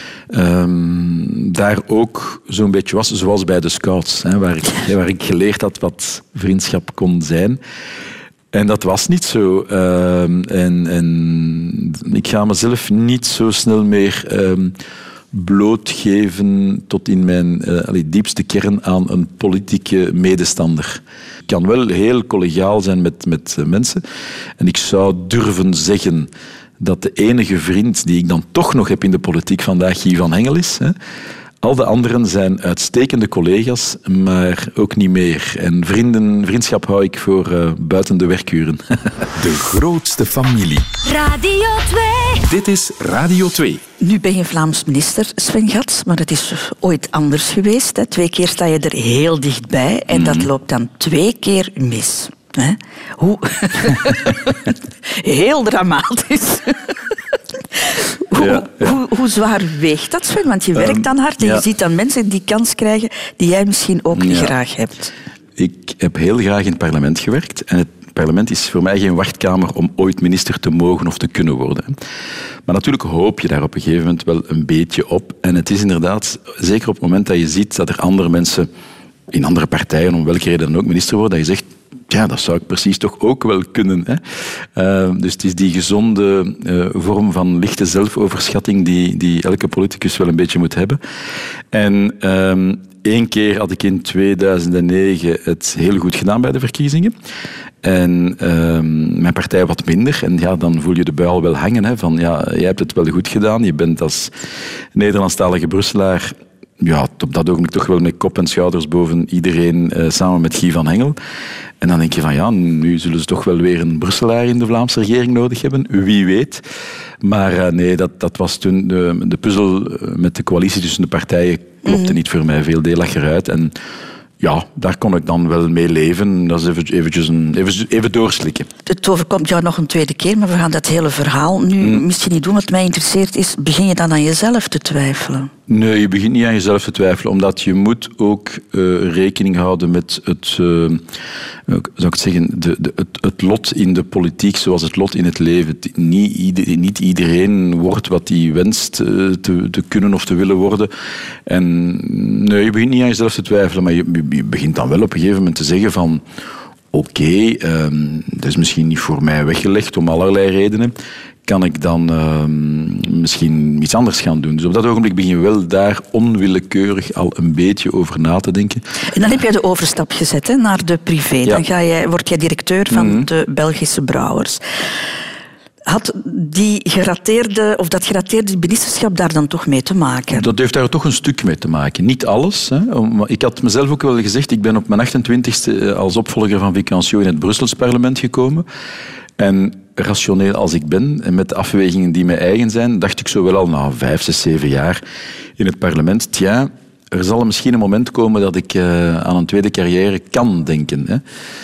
um, daar ook zo'n beetje was, zoals bij de Scouts, hè, waar, ik, waar ik geleerd had wat vriendschap kon zijn. En dat was niet zo. Uh, en, en ik ga mezelf niet zo snel meer uh, blootgeven tot in mijn uh, allee, diepste kern aan een politieke medestander. Ik kan wel heel collegiaal zijn met, met uh, mensen. En ik zou durven zeggen dat de enige vriend die ik dan toch nog heb in de politiek vandaag Guy van Engel is. Hè. Al de anderen zijn uitstekende collega's, maar ook niet meer. En vrienden, vriendschap hou ik voor uh, buiten de werkuren. De grootste familie. Radio twee. Dit is Radio twee. Nu ben je Vlaams minister, Sven Gats, maar het is ooit anders geweest. Hè. Twee keer sta je er heel dichtbij en mm. dat loopt dan twee keer mis. Hè? Hoe? Heel dramatisch. Hoe, ja, ja. Hoe, hoe zwaar weegt dat, Sven? Want je werkt um, dan hard en ja. je ziet dan mensen die kans krijgen die jij misschien ook ja. graag hebt. Ik heb heel graag in het parlement gewerkt. En het parlement is voor mij geen wachtkamer om ooit minister te mogen of te kunnen worden. Maar natuurlijk hoop je daar op een gegeven moment wel een beetje op. En het is inderdaad, zeker op het moment dat je ziet dat er andere mensen in andere partijen, om welke reden dan ook, minister worden, dat je zegt, ja, dat zou ik precies toch ook wel kunnen. Hè? Uh, dus het is die gezonde uh, vorm van lichte zelfoverschatting die, die elke politicus wel een beetje moet hebben. En uh, één keer had ik in tweeduizend negen het heel goed gedaan bij de verkiezingen. En uh, mijn partij wat minder. En ja, dan voel je de buil wel hangen. Hè, van, ja, jij hebt het wel goed gedaan. Je bent als Nederlandstalige Brusselaar ja, op dat ogenblik toch wel met kop en schouders boven iedereen uh, samen met Guy van Engel. En dan denk je van ja, nu zullen ze toch wel weer een Brusselaar in de Vlaamse regering nodig hebben. Wie weet. Maar uh, nee, dat, dat was toen de, de puzzel met de coalitie tussen de partijen klopte mm-hmm. niet voor mij. Veel deel lag eruit. En ja, daar kon ik dan wel mee leven. Dat is even, eventjes een, even, even doorslikken. Het overkomt jou nog een tweede keer, maar we gaan dat hele verhaal nu mm. misschien niet doen. Wat mij interesseert is, begin je dan aan jezelf te twijfelen? Nee, je begint niet aan jezelf te twijfelen, omdat je moet ook uh, rekening houden met het, uh, zou ik het zeggen, de, de, het, het lot in de politiek zoals het lot in het leven. Niet, ieder, niet iedereen wordt wat hij wenst uh, te, te kunnen of te willen worden. En nee, je begint niet aan jezelf te twijfelen, maar je, je begint dan wel op een gegeven moment te zeggen van oké, okay, um, dat is misschien niet voor mij weggelegd om allerlei redenen. Kan ik dan uh, misschien iets anders gaan doen. Dus op dat ogenblik begin je wel daar onwillekeurig al een beetje over na te denken. En dan heb jij de overstap gezet hè, naar de privé. Ja. Dan ga jij, word jij directeur van mm-hmm. de Belgische Brouwers. Had die gerateerde, of dat gerateerde ministerschap daar dan toch mee te maken? Dat heeft daar toch een stuk mee te maken. Niet alles. Hè. Ik had mezelf ook wel gezegd, ik ben op mijn achtentwintigste als opvolger van Vicancio in het Brussels parlement gekomen. En rationeel als ik ben, en met de afwegingen die mij eigen zijn, dacht ik zo wel al na vijf, zes, zeven jaar in het parlement, tja, er zal misschien een moment komen dat ik uh, aan een tweede carrière kan denken. Hè.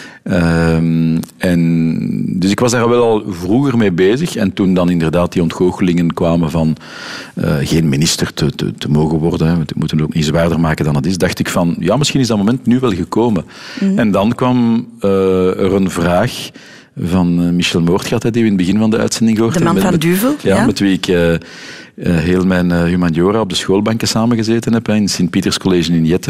Um, en dus ik was daar wel al vroeger mee bezig. En toen dan inderdaad die ontgoochelingen kwamen van uh, geen minister te, te, te mogen worden, hè, we moeten het ook niet zwaarder maken dan het is, dacht ik van, ja, misschien is dat moment nu wel gekomen. Mm. En dan kwam uh, er een vraag van uh, Michel Moortgat, die we in het begin van de uitzending gehoord hebben. De man van Duvel. Ja, ja, met wie ik uh, uh, heel mijn uh, humaniora op de schoolbanken samengezeten heb, hè, in Sint-Pieters College in Jette.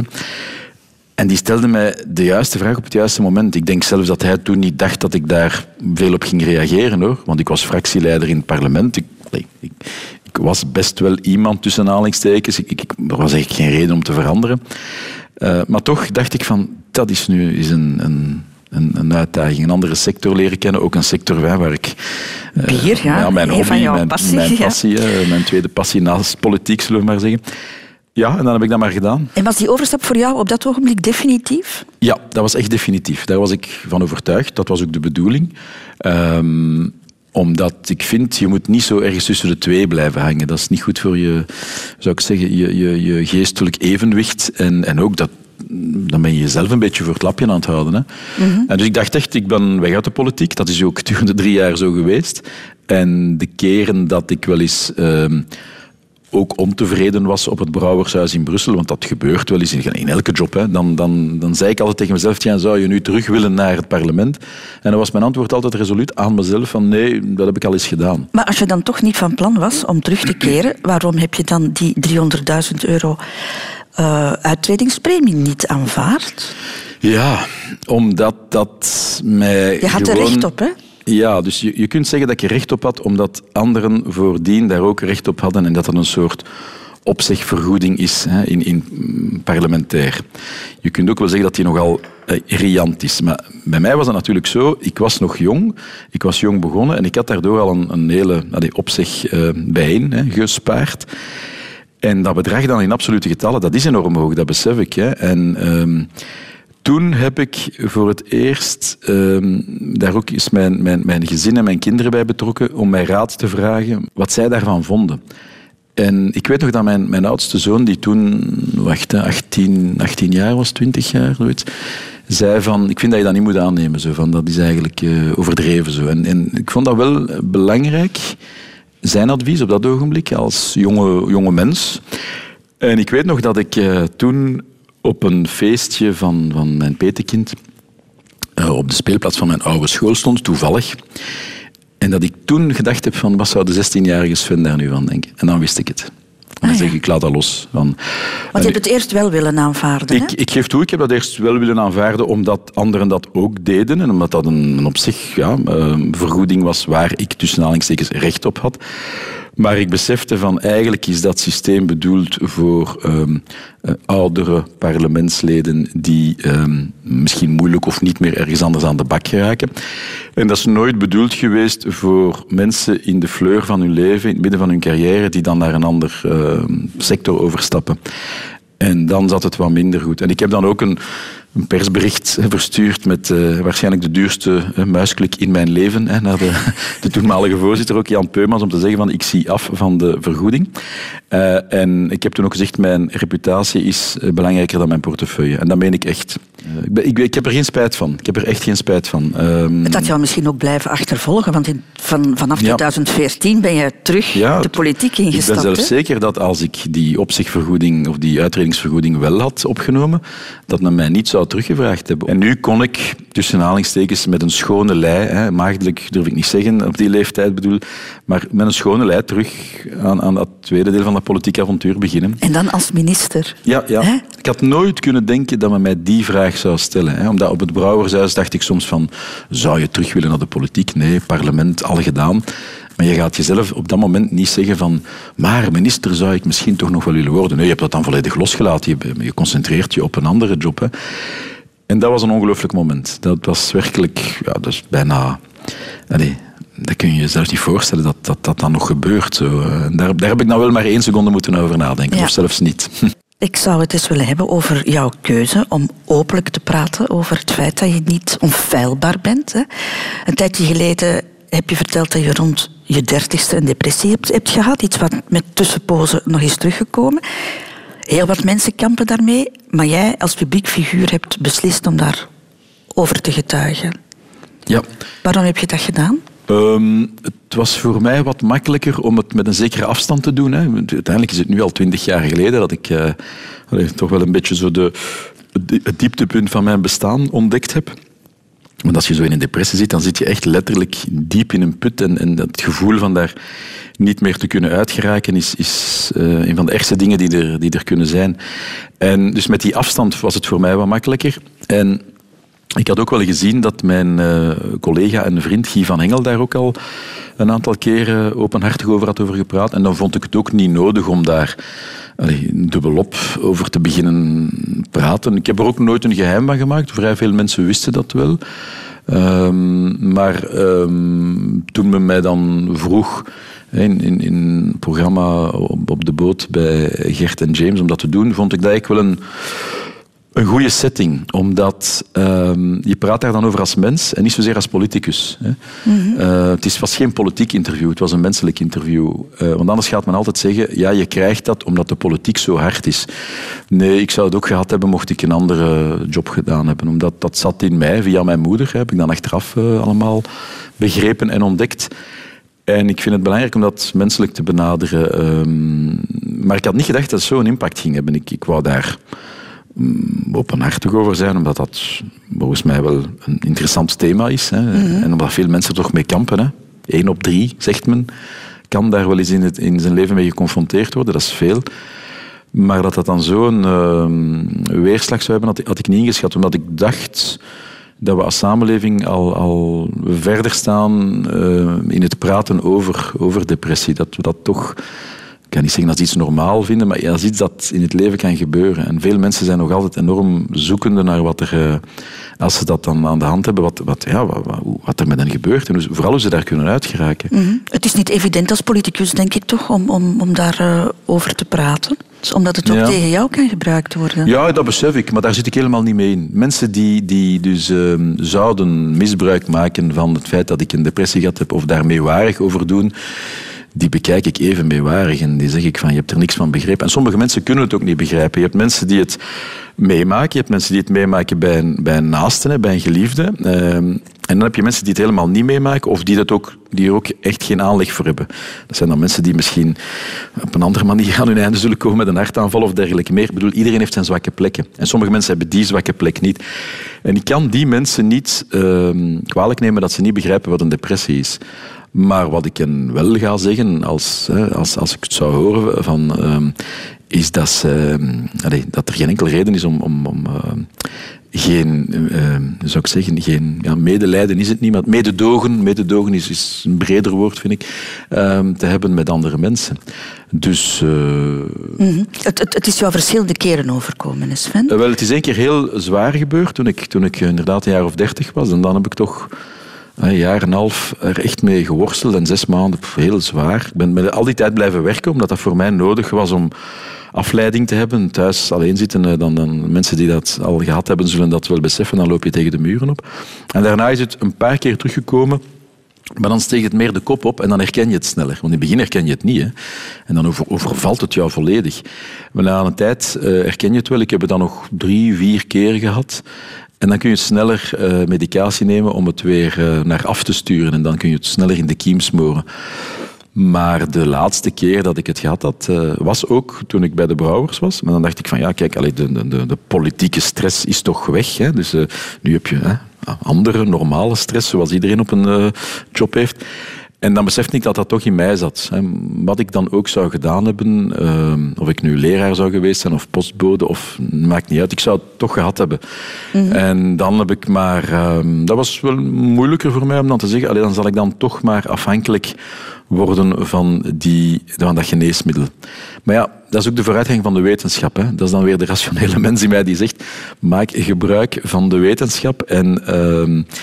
En die stelde mij de juiste vraag op het juiste moment. Ik denk zelfs dat hij toen niet dacht dat ik daar veel op ging reageren, hoor. Want ik was fractieleider in het parlement. Ik, ik, ik was best wel iemand tussen aanhalingstekens. Ik, ik, er was eigenlijk geen reden om te veranderen. Uh, maar toch dacht ik van, dat is nu is een, een, een, een uitdaging. Een andere sector leren kennen. Ook een sector waar, waar ik... Uh, Bier, ja. ja mijn hobby, van jouw mijn passie. Mijn, ja. passie uh, mijn tweede passie naast politiek, zullen we maar zeggen. Ja, en dan heb ik dat maar gedaan. En was die overstap voor jou op dat ogenblik definitief? Ja, dat was echt definitief. Daar was ik van overtuigd. Dat was ook de bedoeling. Um, omdat ik vind, je moet niet zo ergens tussen de twee blijven hangen. Dat is niet goed voor je, zou ik zeggen, je, je, je geestelijk evenwicht. En, en ook dat, dan ben je jezelf een beetje voor het lapje aan het houden. Hè. Mm-hmm. En dus ik dacht echt, ik ben weg uit de politiek. Dat is ook gedurende drie jaar zo geweest. En de keren dat ik wel eens... Um, ook ontevreden was op het Brouwershuis in Brussel, want dat gebeurt wel eens in elke job, hè. Dan, dan, dan zei ik altijd tegen mezelf, ja, zou je nu terug willen naar het parlement? En dan was mijn antwoord altijd resoluut aan mezelf van nee, dat heb ik al eens gedaan. Maar als je dan toch niet van plan was om terug te keren, waarom heb je dan die driehonderdduizend euro uh, uittredingspremie niet aanvaard? Ja, omdat dat mij Je had gewoon... er recht op, hè? Ja, dus je, je kunt zeggen dat je recht op had, omdat anderen voordien daar ook recht op hadden en dat dat een soort opzegvergoeding is, hè, in, in parlementair. Je kunt ook wel zeggen dat die nogal eh, riant is. Maar bij mij was dat natuurlijk zo, ik was nog jong, ik was jong begonnen en ik had daardoor al een, een hele allee, opzeg uh, bijeen hè, gespaard. En dat bedrag dan in absolute getallen, dat is enorm hoog, dat besef ik. Hè. En... Um, Toen heb ik voor het eerst, um, daar ook is mijn, mijn, mijn gezin en mijn kinderen bij betrokken, om mij raad te vragen wat zij daarvan vonden. En ik weet nog dat mijn, mijn oudste zoon, die toen wacht, achttien, achttien jaar was, twintig jaar, zoiets, zei van, ik vind dat je dat niet moet aannemen. Zo, van, dat is eigenlijk uh, overdreven. Zo. En, en ik vond dat wel belangrijk, zijn advies op dat ogenblik, als jonge, jonge mens. En ik weet nog dat ik uh, toen... op een feestje van, van mijn petekind uh, op de speelplaats van mijn oude school stond, toevallig. En dat ik toen gedacht heb van, wat zou de zestienjarige Sven daar nu van denken? En dan wist ik het. En dan ah, zeg ik, ja. ik laat dat los. Van, Want je hebt het eerst wel willen aanvaarden, ik, hè? Ik geef toe, ik heb dat eerst wel willen aanvaarden, omdat anderen dat ook deden. En omdat dat een, een op zich ja, uh, vergoeding was waar ik tussen aanhalingstekens recht op had. Maar ik besefte van, eigenlijk is dat systeem bedoeld voor um, uh, oudere parlementsleden die um, misschien moeilijk of niet meer ergens anders aan de bak geraken. En dat is nooit bedoeld geweest voor mensen in de fleur van hun leven, in het midden van hun carrière, die dan naar een ander uh, sector overstappen. En dan zat het wat minder goed. En ik heb dan ook een, een persbericht verstuurd met uh, waarschijnlijk de duurste uh, muisklik in mijn leven, hè, naar de, de toenmalige voorzitter, ook Jan Peumans, om te zeggen van ik zie af van de vergoeding. Uh, en ik heb toen ook gezegd, mijn reputatie is uh, belangrijker dan mijn portefeuille. En dat meen ik echt. Uh, ik, ben, ik, ik heb er geen spijt van. Ik heb er echt geen spijt van. Um, Het had jou misschien ook blijven achtervolgen, want in, van, vanaf ja. twintig veertien ben je terug ja, de politiek ingestapt. Ik ben zelfs hè? zeker dat als ik die opzegvergoeding of die uitredingsvergoeding wel had opgenomen, dat men mij niet zou teruggevraagd hebben. En nu kon ik, tussen aanhalingstekens, met een schone lei, hè, maagdelijk durf ik niet zeggen, op die leeftijd bedoel, maar met een schone lei terug aan, aan dat tweede deel van dat politieke avontuur beginnen. En dan als minister. Ja, ja. Hè? Ik had nooit kunnen denken dat men mij die vraag zou stellen. Hè. Omdat op het Brouwershuis dacht ik soms van, zou je terug willen naar de politiek? Nee, parlement, al gedaan. Maar je gaat jezelf op dat moment niet zeggen van, maar minister zou ik misschien toch nog wel willen worden. Nee, je hebt dat dan volledig losgelaten. Je, je concentreert je op een andere job. Hè. En dat was een ongelooflijk moment. Dat was werkelijk, ja, dat is bijna... Allez, dat kun je je zelfs niet voorstellen dat dat, dat dan nog gebeurt. Zo. Daar, daar heb ik nou wel maar één seconde moeten over nadenken, ja. Of zelfs niet. Ik zou het eens willen hebben over jouw keuze om openlijk te praten over het feit dat je niet onfeilbaar bent. Hè. Een tijdje geleden heb je verteld dat je rond je dertigste een depressie hebt, hebt gehad. Iets wat met tussenpozen nog is teruggekomen. Heel wat mensen kampen daarmee, maar jij als publiek figuur hebt beslist om daarover te getuigen. Ja. Waarom heb je dat gedaan? Um, het was voor mij wat makkelijker om het met een zekere afstand te doen. Hè. Uiteindelijk is het nu al twintig jaar geleden dat ik uh, allee, toch wel een beetje zo de, het dieptepunt van mijn bestaan ontdekt heb. Want als je zo in een depressie zit, dan zit je echt letterlijk diep in een put. En, en het gevoel van daar niet meer te kunnen uitgeraken is, is uh, een van de ergste dingen die er, die er kunnen zijn. En dus met die afstand was het voor mij wat makkelijker. En ik had ook wel gezien dat mijn uh, collega en vriend Guy van Engel daar ook al een aantal keren openhartig over had over gepraat. En dan vond ik het ook niet nodig om daar allee, dubbelop over te beginnen praten. Ik heb er ook nooit een geheim van gemaakt. Vrij veel mensen wisten dat wel. Um, maar um, toen men mij dan vroeg in, in, in een programma op, op de boot bij Gert en James om dat te doen, vond ik dat ik wel een Een goede setting, omdat uh, je praat daar dan over als mens en niet zozeer als politicus. Hè. Mm-hmm. Uh, het is, was geen politiek interview, het was een menselijk interview. Uh, want anders gaat men altijd zeggen, ja, je krijgt dat omdat de politiek zo hard is. Nee, ik zou het ook gehad hebben mocht ik een andere job gedaan hebben. Omdat dat zat in mij, via mijn moeder, hè, heb ik dan achteraf uh, allemaal begrepen en ontdekt. En ik vind het belangrijk om dat menselijk te benaderen. Um, maar ik had niet gedacht dat het zo'n impact ging hebben. Ik, ik wou daar openhartig over zijn, omdat dat volgens mij wel een interessant thema is. Hè. Mm-hmm. En omdat veel mensen er toch mee kampen. Hè. Eén op drie, zegt men, kan daar wel eens in, het, in zijn leven mee geconfronteerd worden. Dat is veel. Maar dat dat dan zo'n uh, weerslag zou hebben, had, had ik niet ingeschat. Omdat ik dacht dat we als samenleving al, al verder staan uh, in het praten over, over depressie. Dat we dat toch... Ik kan niet zeggen dat ze iets normaal vinden, maar dat is iets dat in het leven kan gebeuren. En veel mensen zijn nog altijd enorm zoekende naar wat er, als ze dat dan aan de hand hebben, wat, wat, ja, wat, wat er met hen gebeurt. En vooral hoe ze daar kunnen uitgeraken. Mm-hmm. Het is niet evident als politicus, denk ik toch, om, om, om daarover uh, te praten. Dus omdat het ook ja. tegen jou kan gebruikt worden. Ja, dat besef ik, maar daar zit ik helemaal niet mee in. Mensen die, die dus uh, zouden misbruik maken van het feit dat ik een depressie gehad heb of daar meewarig over doen, die bekijk ik even meewarig en die zeg ik van, je hebt er niks van begrepen. En sommige mensen kunnen het ook niet begrijpen. Je hebt mensen die het meemaken, je hebt mensen die het meemaken bij een, bij een naaste, bij een geliefde. Uh, en dan heb je mensen die het helemaal niet meemaken of die, dat ook, die er ook echt geen aanleg voor hebben. Dat zijn dan mensen die misschien op een andere manier aan hun einde zullen komen met een hartaanval of dergelijke meer. Ik bedoel, iedereen heeft zijn zwakke plekken. En sommige mensen hebben die zwakke plek niet. En ik kan die mensen niet uh, kwalijk nemen dat ze niet begrijpen wat een depressie is. Maar wat ik hen wel ga zeggen, als, als, als ik het zou horen, van, um, is dat, ze, um, allez, dat er geen enkele reden is om, om, om uh, geen, uh, zou ik zeggen, geen ja, medelijden is het niet, maar mededogen, mededogen is, is een breder woord, vind ik, um, te hebben met andere mensen. Dus... Uh, mm-hmm. het, het, het is jou verschillende keren overkomen, Sven? Uh, wel, het is één keer heel zwaar gebeurd, toen ik, toen ik inderdaad een jaar of dertig was, en dan heb ik toch... een jaar en een half er echt mee geworsteld en zes maanden heel zwaar. Ik ben met al die tijd blijven werken, omdat dat voor mij nodig was om afleiding te hebben. Thuis alleen zitten, dan, dan mensen die dat al gehad hebben, zullen dat wel beseffen. Dan loop je tegen de muren op. En daarna is het een paar keer teruggekomen. Maar dan steeg het meer de kop op en dan herken je het sneller. Want in het begin herken je het niet. Hè. En dan over, overvalt het jou volledig. Maar na een tijd uh, herken je het wel. Ik heb het dan nog drie, vier keer gehad. En dan kun je sneller uh, medicatie nemen om het weer uh, naar af te sturen. En dan kun je het sneller in de kiem smoren. Maar de laatste keer dat ik het gehad had, uh, was ook toen ik bij de Brouwers was. Maar dan dacht ik van, ja, kijk, allee, de, de, de politieke stress is toch weg. Hè? Dus uh, nu heb je hè, andere, normale stress, zoals iedereen op een uh, job heeft. En dan besefte ik dat dat toch in mij zat. Wat ik dan ook zou gedaan hebben, uh, of ik nu leraar zou geweest zijn of postbode, of maakt niet uit, ik zou het toch gehad hebben. Mm-hmm. En dan heb ik maar... Uh, dat was wel moeilijker voor mij om dan te zeggen, allee, dan zal ik dan toch maar afhankelijk worden van, die, van dat geneesmiddel. Maar ja, dat is ook de vooruitgang van de wetenschap. Hè. Dat is dan weer de rationele mens in mij die zegt, maak gebruik van de wetenschap en... Uh,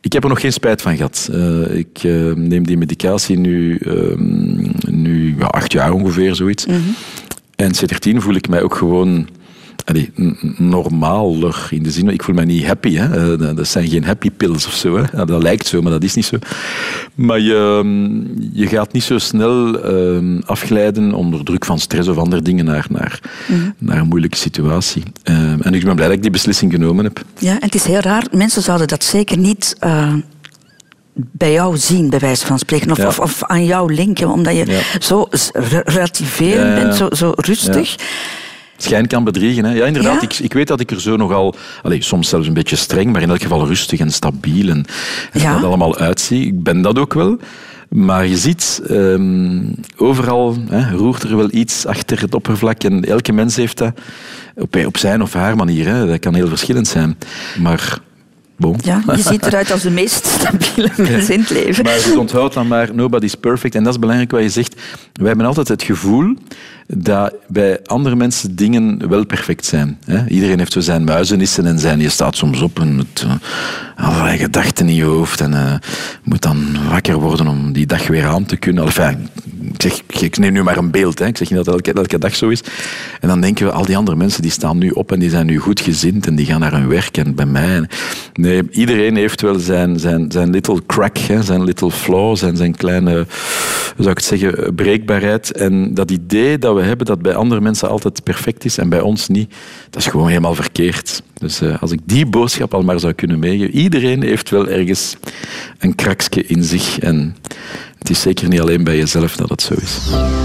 Ik heb er nog geen spijt van gehad. Uh, ik uh, neem die medicatie nu, uh, nu ja, acht jaar ongeveer, zoiets. Mm-hmm. En sindsdien voel ik mij ook gewoon allee, n- normaler. In de zin, ik voel mij niet happy. Hè. Uh, dat zijn geen happy pills of zo. Hè. Ja, dat lijkt zo, maar dat is niet zo. Maar je, je gaat niet zo snel uh, afglijden onder druk van stress of andere dingen naar, naar, mm-hmm. naar een moeilijke situatie. Uh, en ik ben blij dat ik die beslissing genomen heb. Ja, en het is heel raar. Mensen zouden dat zeker niet Uh... bij jou zien, bij wijze van spreken, of, ja. of, of aan jou linken, omdat je ja. zo relativerend ja, ja. bent, zo, zo rustig. Ja. Schijn kan bedriegen, hè? Ja, inderdaad. Ja? Ik, ik weet dat ik er zo nogal, allez, soms zelfs een beetje streng, maar in elk geval rustig en stabiel en, en ja? dat allemaal uitzie. Ik ben dat ook wel. Maar je ziet, um, overal hè, roert er wel iets achter het oppervlak en elke mens heeft dat op, op zijn of haar manier. Hè. Dat kan heel verschillend zijn. Maar bon. Ja, je ziet eruit als de meest stabiele mens in het leven. Maar je onthoudt dan maar, nobody's perfect. En dat is belangrijk wat je zegt. Wij hebben altijd het gevoel dat bij andere mensen dingen wel perfect zijn. Hè? Iedereen heeft zo zijn muizenissen en zijn, je staat soms op en met uh, allerlei gedachten in je hoofd en uh, moet dan wakker worden om die dag weer aan te kunnen. Enfin, ik, zeg, ik neem nu maar een beeld, hè. Ik zeg niet dat het elke, elke dag zo is. En dan denken we, al die andere mensen die staan nu op en die zijn nu goed gezind en die gaan naar hun werk en bij mij. Nee, iedereen heeft wel zijn, zijn, zijn little crack, hè, zijn little flaw, zijn, zijn kleine, hoe zou ik het zeggen, breekbaarheid. En dat idee dat we hebben dat bij andere mensen altijd perfect is en bij ons niet, dat is gewoon helemaal verkeerd. Dus uh, als ik die boodschap al maar zou kunnen meegeven, iedereen heeft wel ergens een kraksje in zich en het is zeker niet alleen bij jezelf dat het zo is.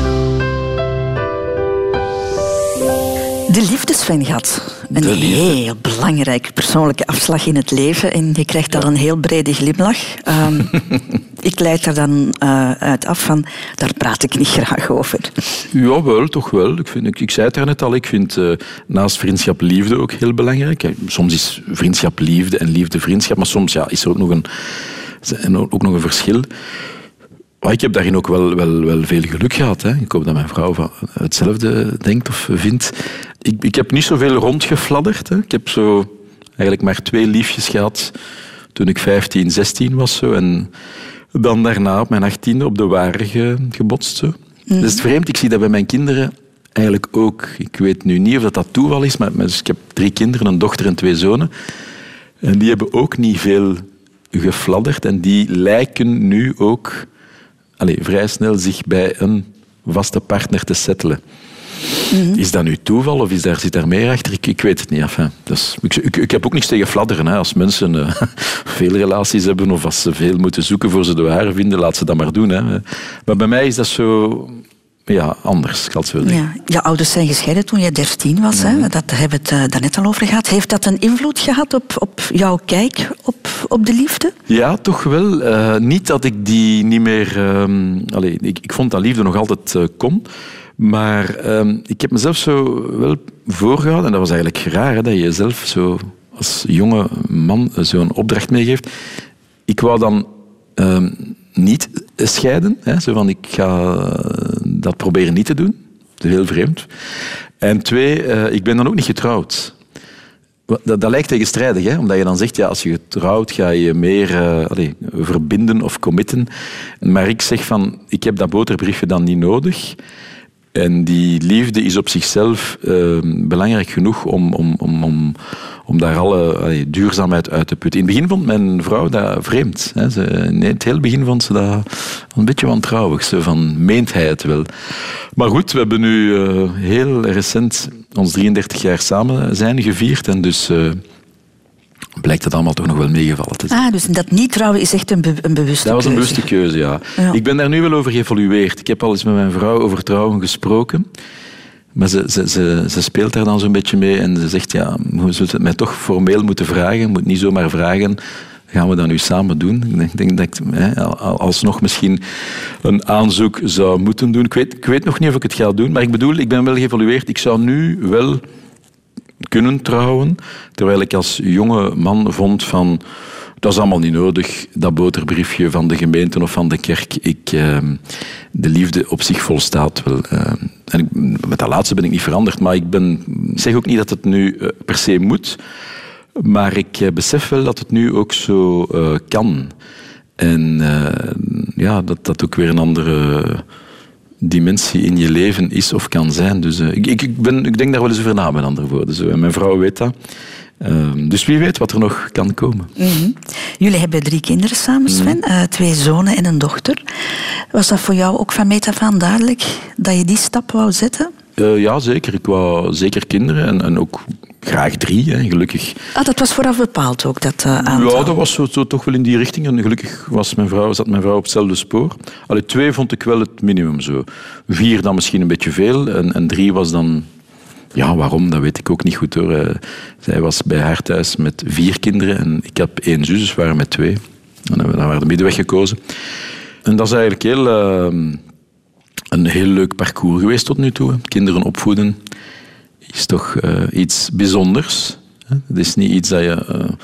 De liefdesfan gehad. Een heel belangrijke persoonlijke afslag in het leven. En je krijgt daar een heel brede glimlach. Um, ik leid daar dan uh, uit af van, daar praat ik niet graag over. Jawel, toch wel. Ik, vind, ik, ik zei het daarnet al, ik vind uh, naast vriendschap liefde ook heel belangrijk. Soms is vriendschap liefde en liefde vriendschap, maar soms ja, is er ook nog een, ook nog een verschil. Maar ik heb daarin ook wel, wel, wel veel geluk gehad. Hè. Ik hoop dat mijn vrouw hetzelfde denkt of vindt. Ik, ik heb niet zoveel rondgefladderd. Hè. Ik heb zo eigenlijk maar twee liefjes gehad toen ik vijftien, zestien was. Zo. En dan daarna op mijn achttiende op de ware ge, gebotst. Zo. Mm. Dat is vreemd. Ik zie dat bij mijn kinderen eigenlijk ook. Ik weet nu niet of dat, dat toeval is, maar dus ik heb drie kinderen, een dochter en twee zonen. En die hebben ook niet veel gefladderd. En die lijken nu ook Allee, vrij snel zich bij een vaste partner te settelen. Mm-hmm. Is dat nu toeval of is daar, zit daar meer achter? Ik, ik weet het niet. Enfin, dus, ik, ik, ik heb ook niks tegen fladderen. Hè. Als mensen uh, veel relaties hebben of als ze veel moeten zoeken voor ze de ware vinden, laat ze dat maar doen. Hè. Maar bij mij is dat zo ja, anders, ik zal het zo zeggen. Ja, je ouders zijn gescheiden toen je dertien was. Mm-hmm. Hè. Dat hebben we het uh, daarnet al over gehad. Heeft dat een invloed gehad op, op jouw kijk op, op de liefde? Ja, toch wel. Uh, niet dat ik die niet meer Um, allez, ik, ik vond dat liefde nog altijd uh, kon. Maar um, ik heb mezelf zo wel voorgehouden, en dat was eigenlijk raar, hè, dat je jezelf zo als jonge man zo'n opdracht meegeeft. Ik wou dan um, niet scheiden. Hè, zo van, ik ga dat proberen niet te doen. Dat is heel vreemd. En twee, uh, ik ben dan ook niet getrouwd. Dat, dat lijkt tegenstrijdig, hè? Omdat je dan zegt, ja, als je getrouwd ga je meer uh, allez, verbinden of committen. Maar ik zeg van, ik heb dat boterbriefje dan niet nodig. En die liefde is op zichzelf uh, belangrijk genoeg om, om, om, om, om daar alle allee, duurzaamheid uit te putten. In het begin vond mijn vrouw dat vreemd. Hè. Ze, in het hele begin vond ze dat een beetje wantrouwig. Zo van, meent hij het wel? Maar goed, we hebben nu uh, heel recent ons drieëndertig jaar samen zijn gevierd. En dus Uh, blijkt dat allemaal toch nog wel meegevallen te zijn. Ah, dus dat niet trouwen is echt een, be- een bewuste keuze. Dat was een bewuste keuze, ja. ja. Ik ben daar nu wel over geëvolueerd. Ik heb al eens met mijn vrouw over trouwen gesproken. Maar ze, ze, ze, ze speelt daar dan zo'n beetje mee en ze zegt, ja, we zullen het mij toch formeel moeten vragen. Je moet niet zomaar vragen, gaan we dat nu samen doen? Ik denk, denk dat ik hè, alsnog misschien een aanzoek zou moeten doen. Ik weet, ik weet nog niet of ik het ga doen, maar ik bedoel, ik ben wel geëvolueerd. Ik zou nu wel kunnen trouwen, terwijl ik als jonge man vond van, dat is allemaal niet nodig, dat boterbriefje van de gemeente of van de kerk. Ik, uh, de liefde op zich volstaat wel. Uh, en ik, met dat laatste ben ik niet veranderd, maar ik, ben, ik zeg ook niet dat het nu uh, per se moet. Maar ik uh, besef wel dat het nu ook zo uh, kan. En uh, ja, dat dat ook weer een andere dimensie in je leven is of kan zijn. Dus uh, ik, ik, ben, ik denk daar wel eens over na, met andere woorden. Zo. En mijn vrouw weet dat. Uh, dus wie weet wat er nog kan komen. Mm-hmm. Jullie hebben drie kinderen samen, Sven. Mm-hmm. Uh, twee zonen en een dochter. Was dat voor jou ook van meet af aan duidelijk dat je die stap wou zetten? Uh, ja, zeker. Ik wou zeker kinderen en, en ook graag drie, hè, gelukkig. Ah, dat was vooraf bepaald ook, dat uh, aantal? Ja, dat was zo, zo, toch wel in die richting. En gelukkig was mijn vrouw, zat mijn vrouw op hetzelfde spoor. Allee, twee vond ik wel het minimum zo. Vier dan misschien een beetje veel. En, en drie was dan... Ja, waarom? Dat weet ik ook niet goed hoor. Uh, zij was bij haar thuis met vier kinderen en ik heb één zus, dus we waren met twee. En dan hebben we naar de middenweg gekozen. En dat is eigenlijk heel... Uh, een heel leuk parcours geweest tot nu toe. Kinderen opvoeden is toch uh, iets bijzonders. Het is niet iets dat je,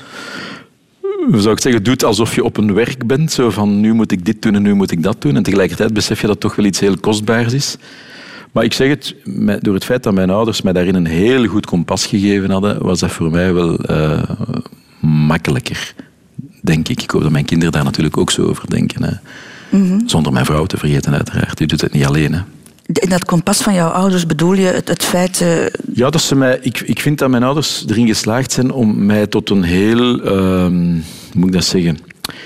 uh, zou ik zeggen, doet alsof je op een werk bent. Zo van, nu moet ik dit doen en nu moet ik dat doen. En tegelijkertijd besef je dat het toch wel iets heel kostbaars is. Maar ik zeg het, door het feit dat mijn ouders mij daarin een heel goed kompas gegeven hadden, was dat voor mij wel uh, makkelijker, denk ik. Ik hoop dat mijn kinderen daar natuurlijk ook zo over denken. Hè. Mm-hmm. Zonder mijn vrouw te vergeten, uiteraard. Die doet het niet alleen. Hè. In dat kompas van jouw ouders bedoel je het, het feit... Uh... Ja, dat ze mij, ik, ik vind dat mijn ouders erin geslaagd zijn om mij tot een heel... Uh, hoe moet ik dat zeggen?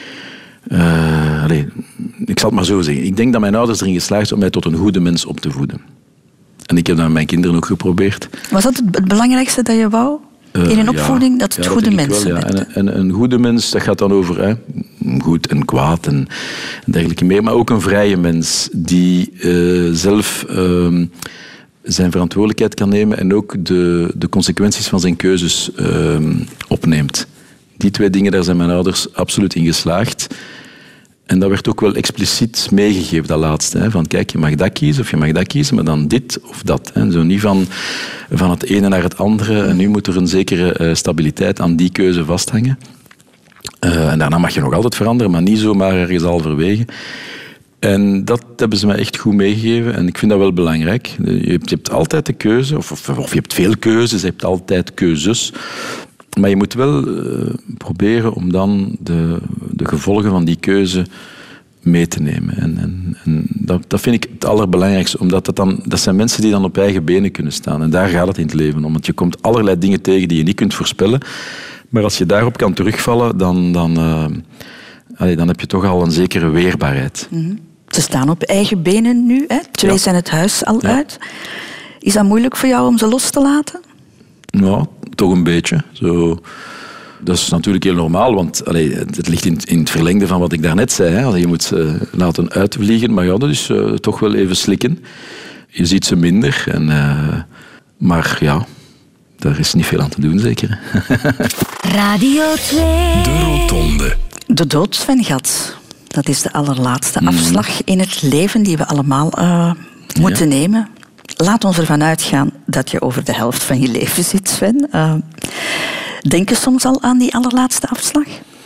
Uh, allez, ik zal het maar zo zeggen. Ik denk dat mijn ouders erin geslaagd zijn om mij tot een goede mens op te voeden. En ik heb dat met mijn kinderen ook geprobeerd. Was dat het belangrijkste dat je wou? In een opvoeding, uh, ja, dat het ja, goede dat mensen wel, ja. en, en een goede mens, dat gaat dan over hè, goed en kwaad en, en dergelijke meer. Maar ook een vrije mens die uh, zelf uh, zijn verantwoordelijkheid kan nemen en ook de, de consequenties van zijn keuzes uh, opneemt. Die twee dingen, daar zijn mijn ouders absoluut in geslaagd. En dat werd ook wel expliciet meegegeven, dat laatste. Hè, van kijk, je mag dat kiezen of je mag dat kiezen, maar dan dit of dat. Hè. Zo niet van, van het ene naar het andere. En nu moet er een zekere uh, stabiliteit aan die keuze vasthangen. Uh, en daarna mag je nog altijd veranderen, maar niet zomaar ergens halverwege. En dat hebben ze mij echt goed meegegeven. En ik vind dat wel belangrijk. Je hebt, je hebt altijd de keuze, of, of, of je hebt veel keuzes, je hebt altijd keuzes. Maar je moet wel uh, proberen om dan de, de gevolgen van die keuze mee te nemen. En, en, en dat, dat vind ik het allerbelangrijkste, omdat dat, dan, dat zijn mensen die dan op eigen benen kunnen staan. En daar gaat het in het leven om. Want je komt allerlei dingen tegen die je niet kunt voorspellen. Maar als je daarop kan terugvallen, dan, dan, uh, allee, dan heb je toch al een zekere weerbaarheid. Mm-hmm. Ze staan op eigen benen nu. Hè? Twee ja. zijn het huis al ja. uit. Is dat moeilijk voor jou om ze los te laten? Nou, toch een beetje. Zo. Dat is natuurlijk heel normaal, want allee, het ligt in, in het verlengde van wat ik daarnet zei. Hè. Je moet ze laten uitvliegen, maar ja, dat is uh, toch wel even slikken. Je ziet ze minder, en, uh, maar ja, daar is niet veel aan te doen, zeker. Radio twee. De Rotonde. De dood, Sven Gat. Dat is de allerlaatste mm. afslag in het leven die we allemaal uh, moeten ja. nemen. Laat ons ervan uitgaan dat je over de helft van je leven zit, Sven. Uh, denk je soms al aan die allerlaatste afslag?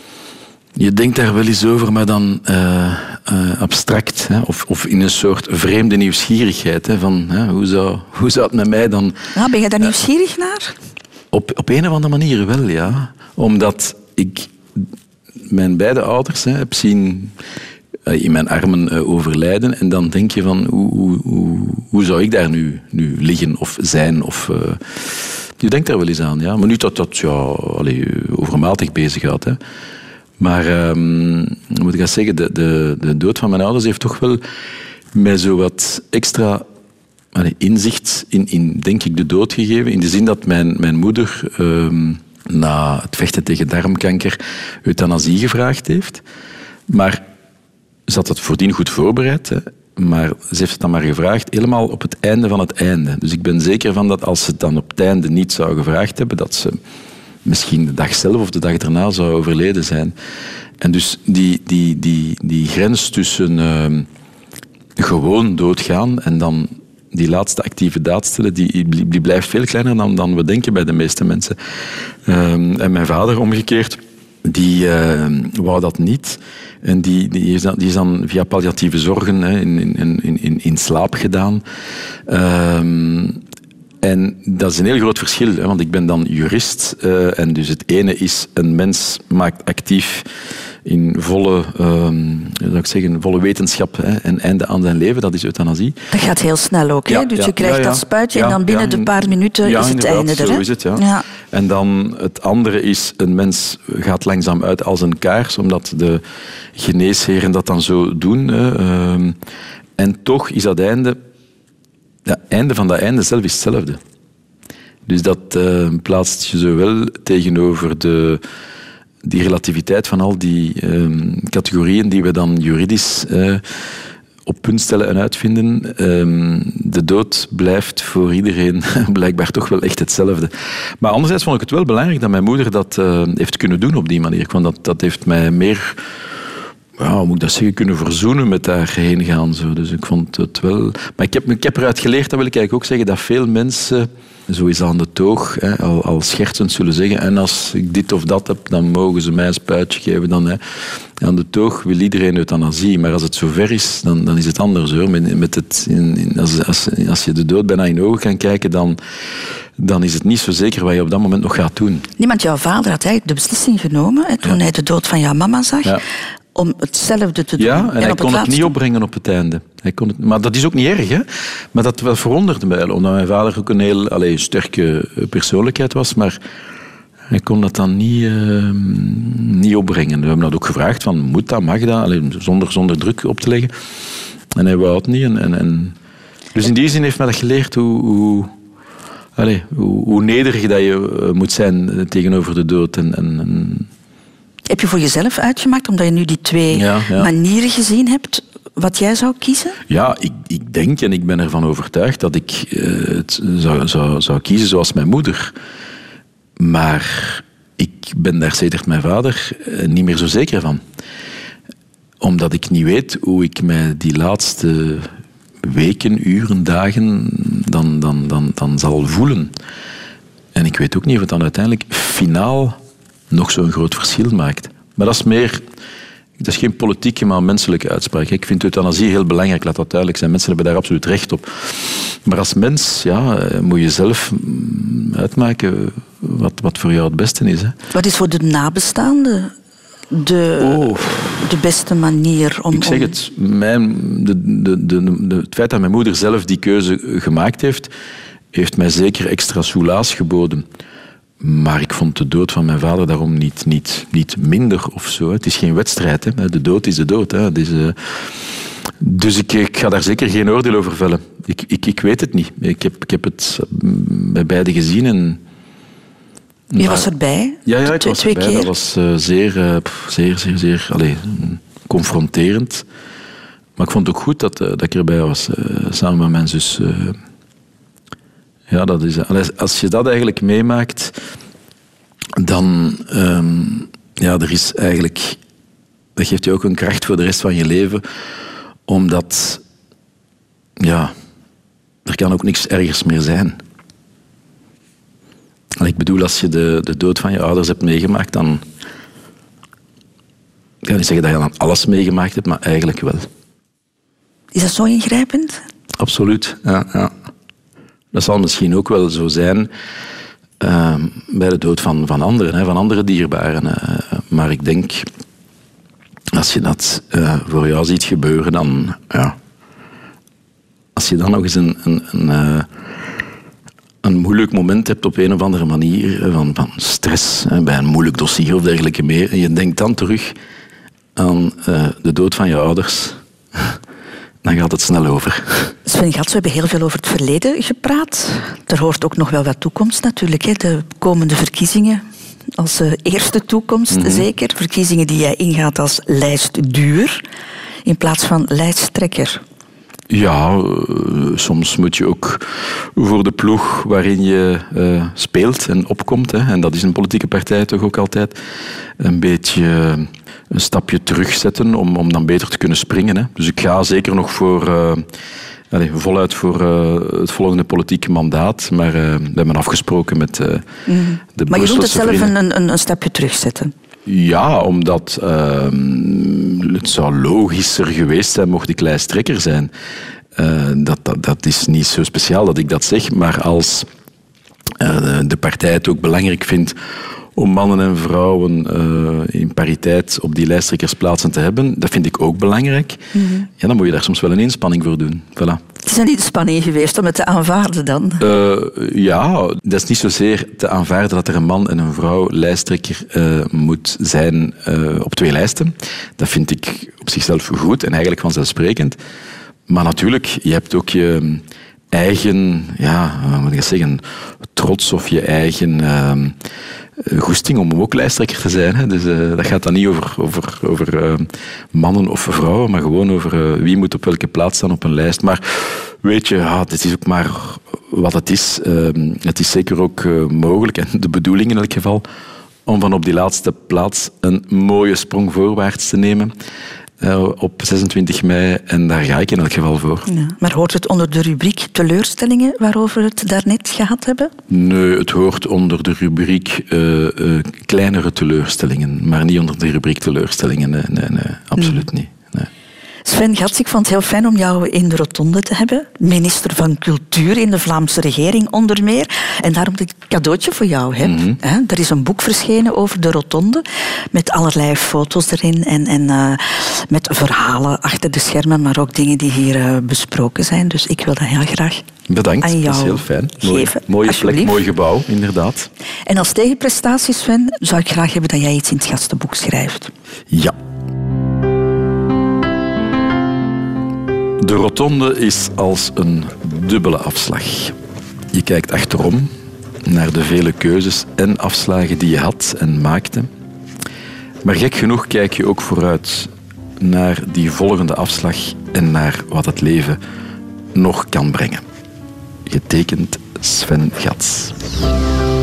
Je denkt daar wel eens over, maar dan uh, uh, abstract. Hè? Of, of in een soort vreemde nieuwsgierigheid. Hè? Van, hè, hoe, zou, hoe zou het met mij dan... Nou, ben je daar nieuwsgierig uh, naar? Op, op een of andere manier wel, ja. Omdat ik mijn beide ouders hè, heb zien... in mijn armen uh, overlijden. En dan denk je van, hoe, hoe, hoe, hoe zou ik daar nu, nu liggen of zijn? Of, uh, je denkt daar wel eens aan, ja. Maar niet dat dat ja, allee, overmatig bezig gaat. Hè. Maar, um, hoe moet ik dat zeggen, de, de, de dood van mijn ouders heeft toch wel mij zo wat extra allee, inzicht in, in, denk ik, de dood gegeven. In de zin dat mijn, mijn moeder... Um, na het vechten tegen darmkanker euthanasie gevraagd heeft. Maar ze had het voordien goed voorbereid, hè, maar ze heeft het dan maar gevraagd helemaal op het einde van het einde. Dus ik ben zeker van dat als ze het dan op het einde niet zou gevraagd hebben, dat ze misschien de dag zelf of de dag erna zou overleden zijn. En dus die, die, die, die grens tussen uh, gewoon doodgaan en dan die laatste actieve daad stellen, die, die blijft veel kleiner dan, dan we denken bij de meeste mensen. Uh, en mijn vader, omgekeerd, die uh, wou dat niet. En die, die, is dan, die is dan via palliatieve zorgen hè, in, in, in, in slaap gedaan. Um, En dat is een heel groot verschil, hè, want ik ben dan jurist. Uh, en dus het ene is, een mens maakt actief in volle, uh, zou ik zeggen, volle wetenschap hè, en einde aan zijn leven. Dat is euthanasie. Dat gaat heel snel ook, hè? Ja, dus ja, je krijgt ja, ja. dat spuitje ja, en dan binnen ja, de paar minuten ja, is het einde er. Zo hè? is het, ja. ja. En dan het andere is, een mens gaat langzaam uit als een kaars, omdat de geneesheren dat dan zo doen. Hè. Uh, en toch is dat einde... Het einde van dat einde zelf is hetzelfde. Dus dat uh, plaatst je zowel tegenover de, die relativiteit van al die um, categorieën die we dan juridisch uh, op punt stellen en uitvinden. Um, de dood blijft voor iedereen blijkbaar toch wel echt hetzelfde. Maar anderzijds vond ik het wel belangrijk dat mijn moeder dat uh, heeft kunnen doen op die manier. Ik vond dat, dat heeft mij meer... Ja, hoe moet ik dat zeggen, kunnen verzoenen met daarheen gaan. Zo. Dus ik vond het wel... Maar ik heb, ik heb eruit geleerd, dat wil ik eigenlijk ook zeggen, dat veel mensen, zo is aan de toog, hè, al, al schertsend zullen zeggen, en als ik dit of dat heb, dan mogen ze mij een spuitje geven. Dan, hè. Aan de toog wil iedereen euthanasie, maar als het zover is, dan, dan is het anders. Hoor. Met, met het, in, in, als, als, als je de dood bijna in de ogen kan kijken, dan... dan is het niet zo zeker wat je op dat moment nog gaat doen. Niemand, jouw vader had eigenlijk de beslissing genomen, hè, toen ja. hij de dood van jouw mama zag, ja. om hetzelfde te doen. Ja, en, en hij op kon het, het niet opbrengen op het einde. Hij kon het, maar dat is ook niet erg, hè. Maar dat verwonderde mij, omdat mijn vader ook een heel allez, sterke persoonlijkheid was, maar hij kon dat dan niet, uh, niet opbrengen. We hebben dat ook gevraagd, van, moet dat, mag dat, allez, zonder, zonder druk op te leggen. En hij wou het niet. En, en, en... Dus in die zin heeft mij dat geleerd hoe... hoe Allee, hoe, hoe nederig dat je moet zijn tegenover de dood. En, en, en... Heb je voor jezelf uitgemaakt, omdat je nu die twee ja, ja. manieren gezien hebt, wat jij zou kiezen? Ja, ik, ik denk en ik ben ervan overtuigd dat ik uh, het zou, zou, zou kiezen zoals mijn moeder. Maar ik ben daar sedert mijn vader uh, niet meer zo zeker van. Omdat ik niet weet hoe ik mij die laatste... weken, uren, dagen dan, dan, dan, dan zal voelen. En ik weet ook niet of het dan uiteindelijk finaal nog zo'n groot verschil maakt. Maar dat is meer... Dat is geen politieke, maar menselijke uitspraak. Ik vind euthanasie heel belangrijk, laat dat duidelijk zijn. Mensen hebben daar absoluut recht op. Maar als mens ja, moet je zelf uitmaken wat, wat voor jou het beste is. Hè. Wat is voor de nabestaanden de, oh. de beste manier om... Ik zeg het, mijn, de, de, de, de, het feit dat mijn moeder zelf die keuze gemaakt heeft, heeft mij zeker extra soelaas geboden. Maar ik vond de dood van mijn vader daarom niet, niet, niet minder of zo. Het is geen wedstrijd. Hè. De dood is de dood. Hè. Het is, uh... Dus ik, ik ga daar zeker geen oordeel over vellen. Ik, ik, ik weet het niet. Ik heb, ik heb het bij beide gezien en... Je was erbij? Ja, ja ik twee, was twee erbij. Keer. Dat was uh, zeer, uh, zeer, zeer, zeer allez, confronterend. Maar ik vond het ook goed dat, uh, dat ik erbij was, uh, samen met mijn zus. Uh, ja, dat is, allez, als je dat eigenlijk meemaakt, dan... Um, ja, er is eigenlijk... Dat geeft je ook een kracht voor de rest van je leven, omdat... Ja, er kan ook niks ergers meer zijn. Ik bedoel, als je de, de dood van je ouders hebt meegemaakt, dan... Ik ga niet zeggen dat je dan alles meegemaakt hebt, maar eigenlijk wel. Is dat zo ingrijpend? Absoluut, ja. ja. Dat zal misschien ook wel zo zijn uh, bij de dood van, van anderen, hè, van andere dierbaren. Uh, maar ik denk, als je dat uh, voor jou ziet gebeuren, dan... Ja, als je dan nog eens een... een, een uh, een moeilijk moment hebt op een of andere manier van, van stress, hè, bij een moeilijk dossier of dergelijke meer, en je denkt dan terug aan uh, de dood van je ouders, dan gaat het snel over. Sven Gats, we hebben heel veel over het verleden gepraat. Er hoort ook nog wel wat toekomst natuurlijk. Hè. De komende verkiezingen als uh, eerste toekomst, mm-hmm. zeker. Verkiezingen die jij ingaat als lijstduur in plaats van lijsttrekker. Ja, uh, soms moet je ook voor de ploeg waarin je uh, speelt en opkomt, hè, en dat is een politieke partij toch ook altijd, een beetje een stapje terugzetten om, om dan beter te kunnen springen. Hè. Dus ik ga zeker nog voor, uh, allez, voluit voor uh, het volgende politieke mandaat, maar uh, we hebben afgesproken met uh, mm. de Maar je doet het zelf vrienden. een, een, een stapje terugzetten? Ja, omdat uh, het zou logischer geweest zijn mocht ik lijsttrekker zijn. Uh, dat, dat, dat is niet zo speciaal dat ik dat zeg, maar als uh, de partij het ook belangrijk vindt om mannen en vrouwen uh, in pariteit op die lijsttrekkersplaatsen te hebben. Dat vind ik ook belangrijk. Mm-hmm. Ja, dan moet je daar soms wel een inspanning voor doen. Voilà. Het is dan niet de spanning geweest om het te aanvaarden dan? Uh, ja, dat is niet zozeer te aanvaarden dat er een man en een vrouw lijsttrekker uh, moet zijn uh, op twee lijsten. Dat vind ik op zichzelf goed en eigenlijk vanzelfsprekend. Maar natuurlijk, je hebt ook je eigen, ja, wat moet ik zeggen, trots of je eigen uh, goesting om ook lijsttrekker te zijn. Hè. Dus uh, dat gaat dan niet over, over, over uh, mannen of vrouwen, maar gewoon over uh, wie moet op welke plaats staan op een lijst. Maar weet je, ja, dit is ook maar wat het is. Uh, het is zeker ook uh, mogelijk, en de bedoeling in elk geval, om van op die laatste plaats een mooie sprong voorwaarts te nemen. Uh, op zesentwintig mei, en daar ga ik in elk geval voor. Ja, maar hoort het onder de rubriek teleurstellingen waarover we het daarnet gehad hebben? Nee, het hoort onder de rubriek uh, uh, kleinere teleurstellingen, maar niet onder de rubriek teleurstellingen. Nee, nee, nee, absoluut mm. niet. Nee. Sven Gats, ik vond het heel fijn om jou in de rotonde te hebben. Minister van Cultuur in de Vlaamse regering onder meer. En daarom dat ik een cadeautje voor jou heb. Mm-hmm. Er is een boek verschenen over de rotonde met allerlei foto's erin en, en uh, met verhalen achter de schermen, maar ook dingen die hier uh, besproken zijn. Dus ik wil dat heel graag Bedankt, aan jou dat is heel fijn. Geven, mooie plek, mooi gebouw, inderdaad. En als tegenprestatie, Sven, zou ik graag hebben dat jij iets in het gastenboek schrijft. Ja. De rotonde is als een dubbele afslag. Je kijkt achterom naar de vele keuzes en afslagen die je had en maakte. Maar gek genoeg kijk je ook vooruit naar die volgende afslag en naar wat het leven nog kan brengen. Getekend Sven Gats.